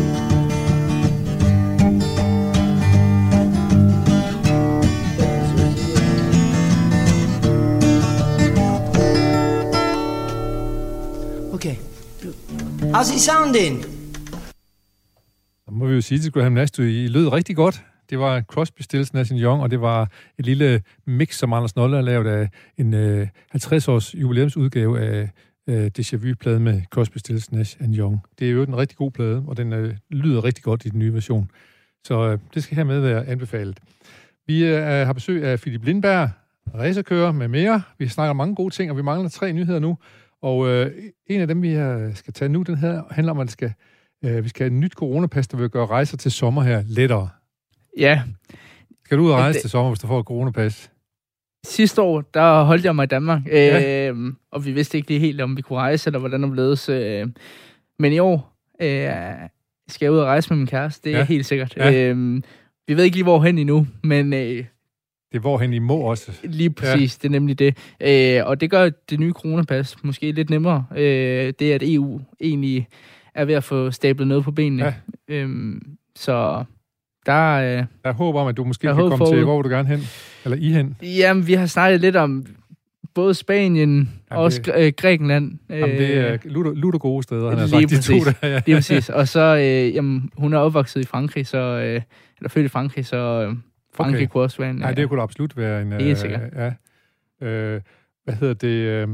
Okay. How's it sounding? Så må vi jo sige til Graham Nash, I lød rigtig godt. Det var Crosby, Stills, Nash & Young, og det var et lille mix, som Anders Nolle har lavet af en 50-års jubilæumsudgave af Déjà Vu-plade med Crosby, Stills, Nash & Young. Det er jo en rigtig god plade, og den lyder rigtig godt i den nye version. Så det skal hermed være anbefalet. Vi har besøg af Philip Lindberg, racerkører med mere. Vi snakker om mange gode ting, og vi mangler 3 nyheder nu. Og en af dem, vi skal tage nu, den her handler om, at vi skal have et nyt coronapas, der vil gøre rejser til sommer her lettere. Ja. Skal du ud og rejse til sommer, hvis du får et coronapas? Sidste år, der holdt jeg mig i Danmark, og vi vidste ikke lige helt, om vi kunne rejse, eller hvordan det blevet. Men i år skal jeg ud og rejse med min kæreste, det er helt sikkert. Ja. Vi ved ikke lige, hvorhen endnu, men... det er hvorhen I må også. Lige præcis, det er nemlig det. Og det gør det nye coronapas måske lidt nemmere. Det er, at EU egentlig er ved at få stablet noget på benene. Ja. Så... Der er håb om, at du måske kan komme til, hvor du gerne hen? Eller I hen? Jamen, vi har snakket lidt om både Spanien og også Grækenland. Jamen, det er lutter gode steder, han har sagt. Lige præcis. Og så, hun er opvokset i Frankrig, eller født i Frankrig, så Frankrig kunne også være en... Nej, det kunne absolut være en... Helt sikkert. Hvad hedder det...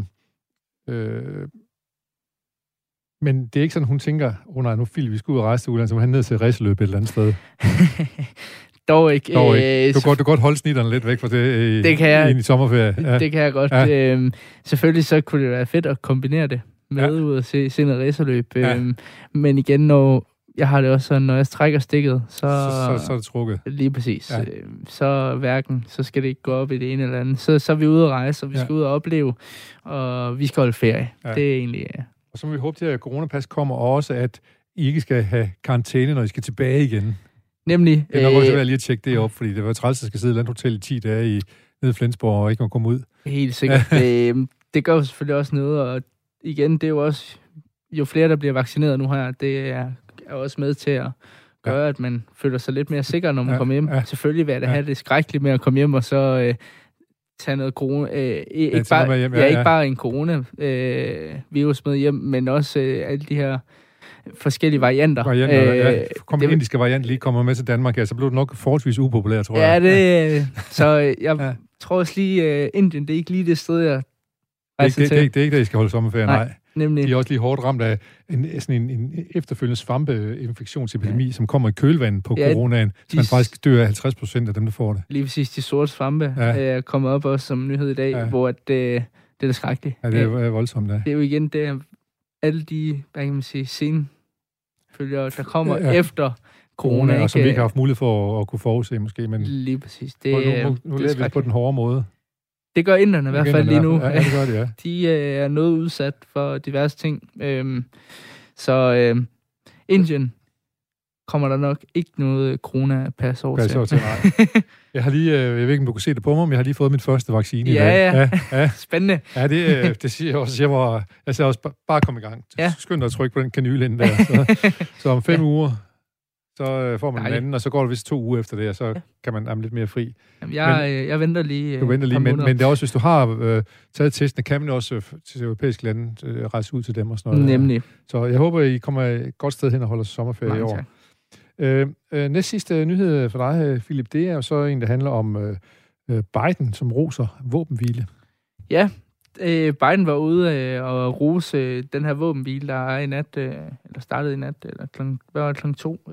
Men det er ikke sådan, hun tænker, nej, nu Philip, vi skal ud og rejse til udlandet, så må han ned til racerløb et eller andet sted. Dog ikke. Du kan godt holde snitterne lidt væk fra det, det kan jeg, i sommerferie. Ja. Det kan jeg godt. Ja. Selvfølgelig så kunne det være fedt at kombinere det med ud og se noget racerløb. Ja. Men igen, når jeg har det også sådan, når jeg trækker stikket, så er det trukket. Lige præcis. Ja. Så skal det ikke gå op i det ene eller andet. Så er vi ude at rejse, og vi skal ud og opleve, og vi skal holde ferie. Ja. Det er egentlig... Og så må vi håbe til, at coronapas kommer også, at I ikke skal have karantæne, når I skal tilbage igen. Nemlig. Det er nok også værd lige at tjekke det op, fordi det var træls, at skal sidde i landhotel i 10 dage nede i Flensborg og ikke må komme ud. Helt sikkert. Det gør jo selvfølgelig også noget, og igen, det er jo også, jo flere, der bliver vaccineret nu her, det er også med til at gøre, at man føler sig lidt mere sikker, når man kommer hjem. Ja. Selvfølgelig vil det have det skrækkeligt med at komme hjem, og så... tage noget corona, ikke bare en corona-virus med hjem, men også alle de her forskellige varianter. Den indiske variant lige kommer med til Danmark, så blev det nok forholdsvis upopulær, tror jeg. Ja, så jeg tror også lige, Indien, det er ikke lige det sted, jeg rejser til. Det er ikke der, I skal holde sommerferie, nej. Nemlig. De er også lige hårdt ramt af en efterfølgende svampeinfektionsepidemi, som kommer i kølvandet på coronaen, så man faktisk dør af 50% af dem, der får det. Lige præcis, de sorte svampe er kommet op også som nyhed i dag, hvor det er skrækkeligt. Ja, det er voldsomt, ja. Det er jo igen det, alle de, hvad kan man sige, senfølger, der kommer efter corona. Og som vi ikke har haft mulighed for at kunne forudse måske. Men lige præcis. Nu lever vi på den hårde måde. Det gør inderne i hvert fald lige nu. Ja, det gør det, ja. De er noget udsat for diverse ting. Indien kommer der nok ikke noget corona-pas over til. Nej. Jeg har lige, jeg ved ikke, om du kunne se det på mig, men jeg har lige fået min første vaccine i dag. Ja. Spændende. Ja, det siger jeg også. Jeg sagde også, bare komme i gang. Skynd dig at trykke på den kanyle inden der. Så om 5 uger, så får man den anden, og så går det vist 2 uger efter det, og så kan man lidt mere fri. Jamen, jeg venter lige. Du venter lige, men det er også, hvis du har taget testen, kan man også til europæiske lande rejse ud til dem og sådan noget. Nemlig. Så jeg håber, I kommer et godt sted hen og holder sommerferie i år. Næst sidste nyhed for dig, Philip, det er jo så en, der handler om Biden, som roser våbenhvile. Ja, Biden var ude og rose den her våbenhvile, der er i nat, eller startede i nat, eller klokken 2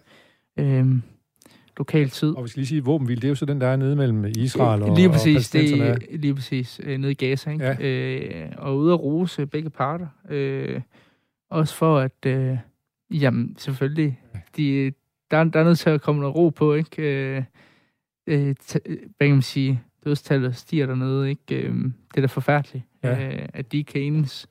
lokal tid. Og vi skal lige sige, våbenhvile, det er jo så den, der er nede mellem Israel og lige præcis, palæstinenserne. Det er lige præcis nede i Gaza, ikke? Ja. Og ude at rose begge parter. Også for at, jamen selvfølgelig, der er nødt til at komme noget ro på, ikke? Hvad kan man sige? Dødstallet stiger dernede, ikke? Det er da forfærdeligt, at de kan enes.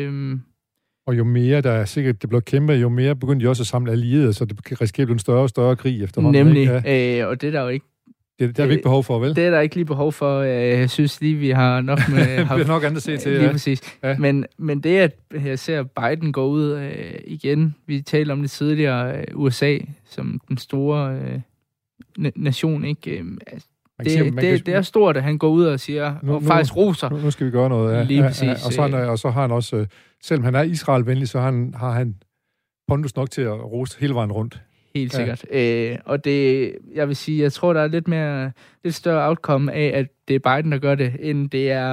Og jo mere der er sikkert, det bliver kæmpe, jo mere begynder de også at samle allierede, så det kan risikere en større og større krig efterhånden. Nemlig, og det er der jo ikke. Det er vi ikke behov for, vel? Det er der ikke lige behov for. Jeg synes lige, vi har nok med... vi har nok andet at se til, lige præcis. Ja. Men det, at jeg ser Biden gå ud igen, vi talte om det tidligere, USA som den store nation, ikke? Det er stort, at han går ud og siger, og faktisk roser. Nu skal vi gøre noget, ja. Lige præcis. Og så har han også, selvom han er Israel-venlig, så har han pondus nok til at rose hele vejen rundt. Helt sikkert. Og det, jeg vil sige, jeg tror, der er lidt større outcome af, at det er Biden, der gør det, end det er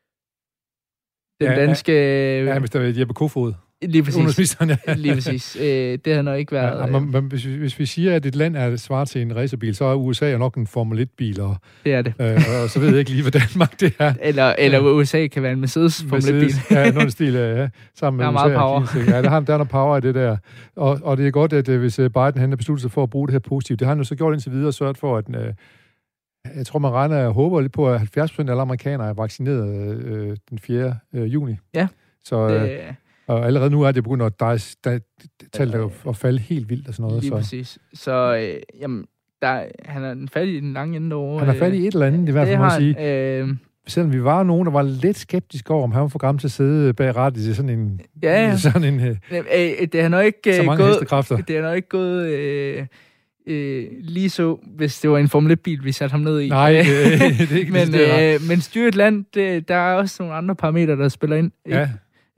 den danske... Ja, hvis der er Jeppe Kofod. Lige præcis. Ja. Lige præcis. Det har nok ikke været... Ja, hvis vi siger, at et land er svar til en racerbil, så er USA jo nok en Formel 1-bil. Og, det er det. Og så ved jeg ikke lige, hvad Danmark det er. Eller USA kan være en Mercedes Formel 1-bil. Ja, noget stil, ja. Sammen med der er USA. meget power. Ja, der er noget power i det der. Og det er godt, at hvis Biden han har besluttet sig for at bruge det her positivt, det har han jo så gjort indtil videre og sørget for, at... Jeg tror, man regner og håber lidt på, at 70% af alle amerikanere er vaccineret den 4. juni. Ja. Så... Og allerede nu er det begyndt at tallet at falde helt vildt og sådan noget. Lige præcis. Så jamen, han er fat i den lange ende derovre. Han er fat i et eller andet, i hvert fald må sige. Selvom vi var nogen, der var lidt skeptiske over, om han var for gammel til at sidde bag rattet i sådan en... Ja. Sådan en det har nok ikke så mange hestekræfter. Det har nok ikke gået... lige så, hvis det var en Formel 1-bil, vi satte ham ned i. Nej, det er ikke men styre et land, der er også nogle andre parametre, der spiller ind. Ja.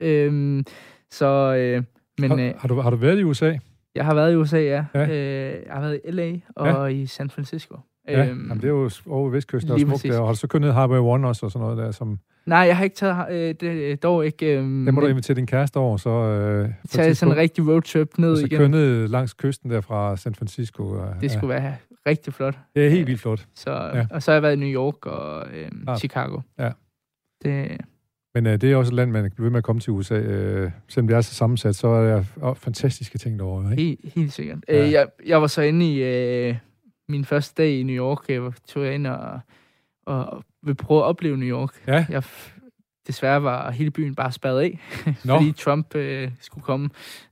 Har du været i USA? Jeg har været i USA, ja. Jeg har været i LA og i San Francisco. Ja, jamen, det er jo over vestkysten og smukt der. Og har du så kørt ned Highway 1 også og sådan noget der? Som... Nej, jeg har ikke taget det dog ikke. Det må du invitere din kæreste over, så... tage sådan en rigtig roadtrip ned igen. Og så køre ned langs kysten der fra San Francisco. Det skulle være rigtig flot. Det er helt vildt flot. Og så har jeg været i New York og Chicago. Ja. Det... Men det er også et land, man kan blive ved med at komme til USA. Selvom det er så sammensat, så er der fantastiske ting derovre. Ikke? Helt sikkert. Ja. Jeg var så inde i min første dag i New York. Jeg tog ind og ville prøve at opleve New York. Ja. Desværre var hele byen bare spærret af, fordi Trump skulle komme.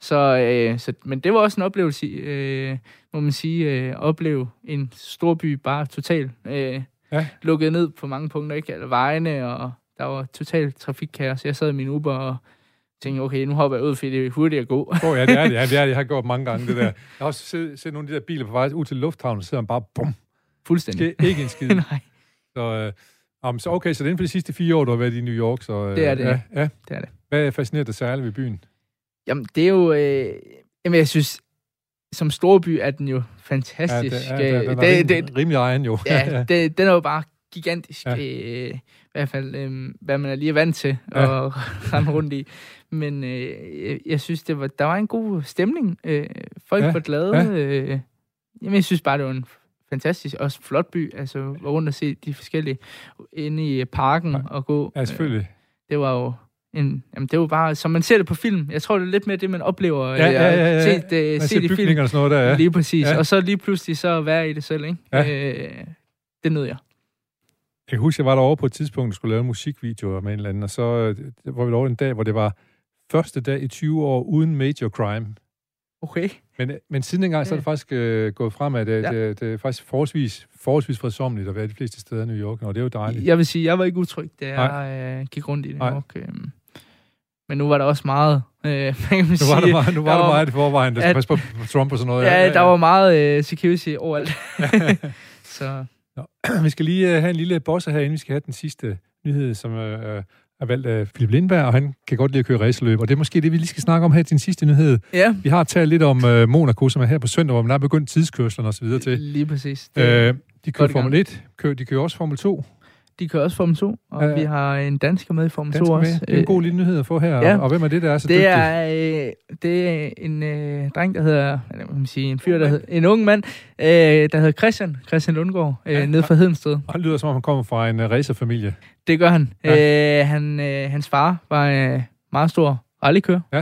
Men det var også en oplevelse, må man sige, opleve en stor by bare totalt lukket ned på mange punkter, ikke? Altså, vejene, og der var totalt trafikkaos. Jeg sad i min Uber og tænkte, okay, nu hopper jeg ud, fordi det er hurtigt at gå. Ja, det er det. Jeg har gjort mange gange det der. Jeg har også set nogle af de der biler på vej ud til lufthavnen, så sidder man bare, bum. Fuldstændig. Ikke en skid. Nej. Så okay, så det er inden for de sidste 4 år, du har været i New York. Så, det er det. Ja. Det er det. Hvad fascinerer dig særligt ved byen? Jamen, det er jo... jeg synes, som storby er den jo fantastisk. Ja, den er rimelig egen jo. Ja, den er jo bare gigantisk. Ja. I hvert fald, hvad man er lige vant til at rende rundt i. Men jeg synes, der var en god stemning. Folk var glade. Jamen, jeg synes bare, det var en fantastisk, også flot by. Altså, var rundt og se de forskellige inde i parken og gå. Ja, selvfølgelig. Det var jo det var bare, som man ser det på film. Jeg tror, det er lidt mere det, man oplever. Se de film. Og sådan noget der, Lige præcis. Ja. Og så lige pludselig så være i det selv, ikke? Ja. Det nød jeg. Jeg kan huske, jeg var derovre på et tidspunkt, og skulle lave musikvideoer med en eller anden, og så var vi derovre en dag, hvor det var første dag i 20 år uden major crime. Okay. Men siden engang, så er det faktisk gået frem, at det er faktisk forholdsvis fredsommeligt at være de fleste steder i New York, og det er jo dejligt. Jeg vil sige, jeg var ikke utryg, da jeg gik rundt i New York. Men nu var der også meget... Nu var der meget i forvejen, der skal passe på Trump og sådan noget. Ja, der var meget security overalt. Så. Vi skal lige have en lille bosse herinde. Vi skal have den sidste nyhed, som er valgt af Philip Lindberg, og han kan godt lide at køre racerløb. Og det er måske det, vi lige skal snakke om her til den sidste nyhed. Ja. Vi har talt lidt om Monaco, som er her på søndag, hvor man er begyndt tidskørslen og så videre til. Lige præcis. De kører Formel 1, de kører også Formel 2. De kører også Formel 2, og vi har en dansker med i Formel 2 også. Det er en god lille nyhed at få her. Ja. Og hvem er det, der er så dygtig? Det er en dreng, der hedder, en ung mand, der hedder Christian Lundgaard, nede fra Hedensted. Og han lyder, som om han kommer fra en racerfamilie. Det gør han. Ja. Hans far var meget stor rallykører. Ja.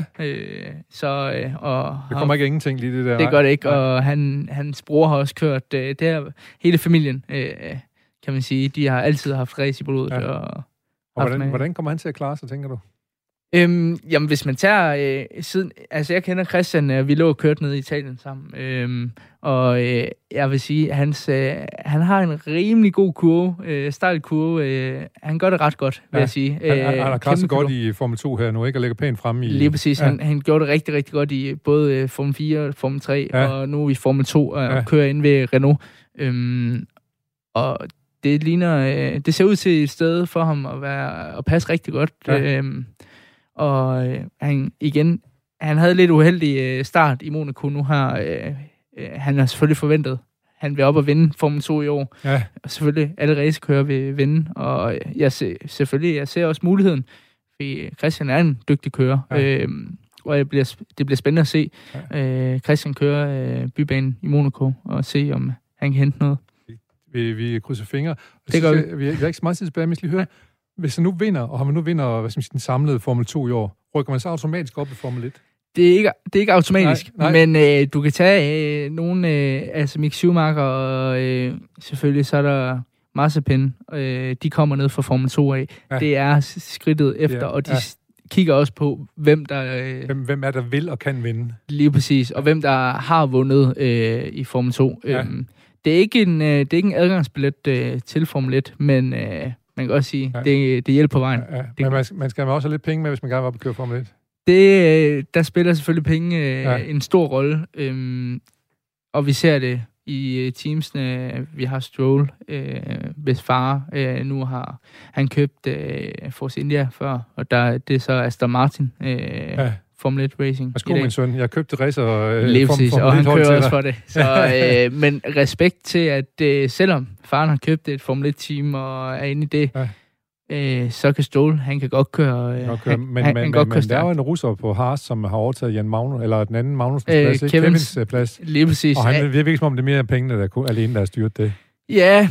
Det kommer ikke ingenting lige det der. Det gør det ikke, og hans bror har også kørt det her, hele familien. Kan man sige, de har altid haft race i blodet. Ja. Og hvordan kommer han til at klare sig, tænker du? Jamen, hvis man tager siden... Altså, jeg kender Christian, vi lå og kørte ned i Italien sammen. Og jeg vil sige, han har en rimelig god kurve, stejl kurve. Han gør det ret godt, vil jeg sige. Han har klaret sig godt i Formel 2 her nu, ikke? Og lægger pænt frem i... Lige præcis. Ja. Han gjorde det rigtig, rigtig godt i både Formel 4 og Formel 3, og nu i Formel 2 og kører ind ved Renault. Og det ligner... det ser ud til et sted for ham at passe rigtig godt. Ja. Og han havde lidt uheldig start i Monaco. Nu har han har selvfølgelig forventet, han vil op og vinde Formel 2 i år. Ja. Og selvfølgelig alle racekører vil vinde. Og jeg ser også muligheden, fordi Christian er en dygtig kører. Ja. Og det bliver spændende at se Christian køre bybanen i Monaco og se, om han kan hente noget. Vi krydser fingre. Det gør vi. Vi har ikke så meget tid tilbage, men lige høre. Hvis han nu vinder, og han nu vinder den samlede Formel 2 i år, rykker man så automatisk op i Formel 1? Det er ikke automatisk, nej. Men du kan tage nogle, altså Mick Schumacher, og selvfølgelig så er der Mazepin, de kommer ned fra Formel 2 af. Ja. Det er skridtet efter, og de kigger også på, hvem er der vil og kan vinde. Lige præcis, og hvem der har vundet i Formel 2. Ja. Det er ikke en adgangsbillet til Formel 1, men man kan også sige, det hjælper på vejen. Ja. Men man skal også have lidt penge med, hvis man gerne vil op og køre Formel 1. Der spiller selvfølgelig penge en stor rolle, og vi ser det i teamsene. Vi har Stroll, hvis far nu har han købt Force India før, og det er så Aston Martin. Formel 1 Racing. Værsgo, min søn. Jeg købte racer og han kører også for det. Så, men respekt til, at selvom faren har købt et Formel 1-team og er inde i det, så kan Stroll, han kan godt køre. Men der er jo en russer på Haas, som har overtaget Jan Magnus, eller den anden Magnus' plads, ikke? Kevins plads. Lige præcis. Og han virker ikke som om det er mere pengene, alene der har styret det. Ja,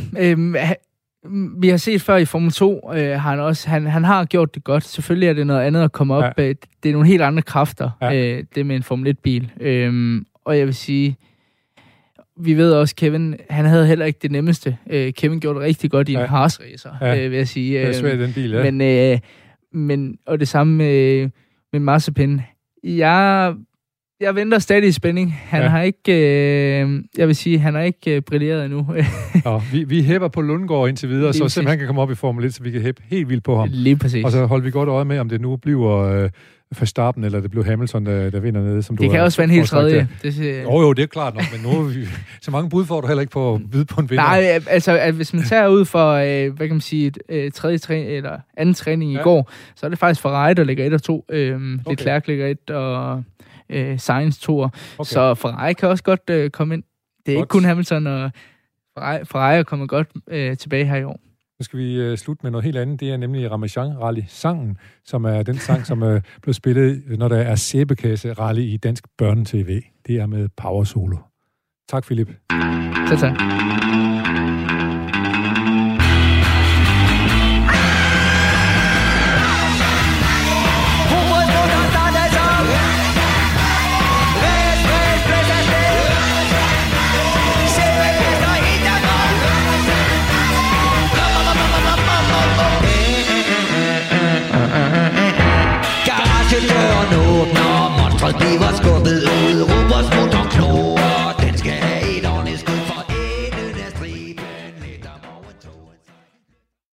vi har set før i Formel 2, han har gjort det godt. Selvfølgelig er det noget andet at komme op. Ja. Det er nogle helt andre kræfter, det med en Formel 1-bil. Og jeg vil sige, vi ved også, Kevin, han havde heller ikke det nemmeste. Kevin gjorde det rigtig godt i en Haas-racer, vil jeg sige. Det er svært den bil, ja. Men og det samme med Mazepin. Jeg venter stadig i spænding. Han har ikke, jeg vil sige, han har ikke brilleret endnu. Vi hæpper på Lundgaard indtil videre, så simpelthen han kan komme op i Formel 1, så vi kan hæppe helt vildt på ham. Lige præcis. Og så holder vi godt øje med, om det nu bliver Verstappen, eller det bliver Hamilton, der vinder nede. Som det kan også være en helt tredje. Jo, det er klart nok, men nu så mange bud får du heller ikke på at vide på en vinder. Nej, altså hvis man tager ud for, hvad kan man sige, tredje træning, eller anden træning i går, så er det faktisk Ferrari, der ligger 1 og 2. Leclerc ligger 1, og Sainz 2. Okay. Så Ferrari kan også godt komme ind. Det er ikke kun Hamilton, og Ferrari kommer godt tilbage her i år. Nu skal vi slutte med noget helt andet. Det er nemlig Ramasjang Rally-sangen, som er den sang, som blev spillet, når der er sæbekasse-rally i dansk børne-tv. Det er med Power Solo. Tak, Philip. Tak. Garagedøren åbner, monstret bliver skudt.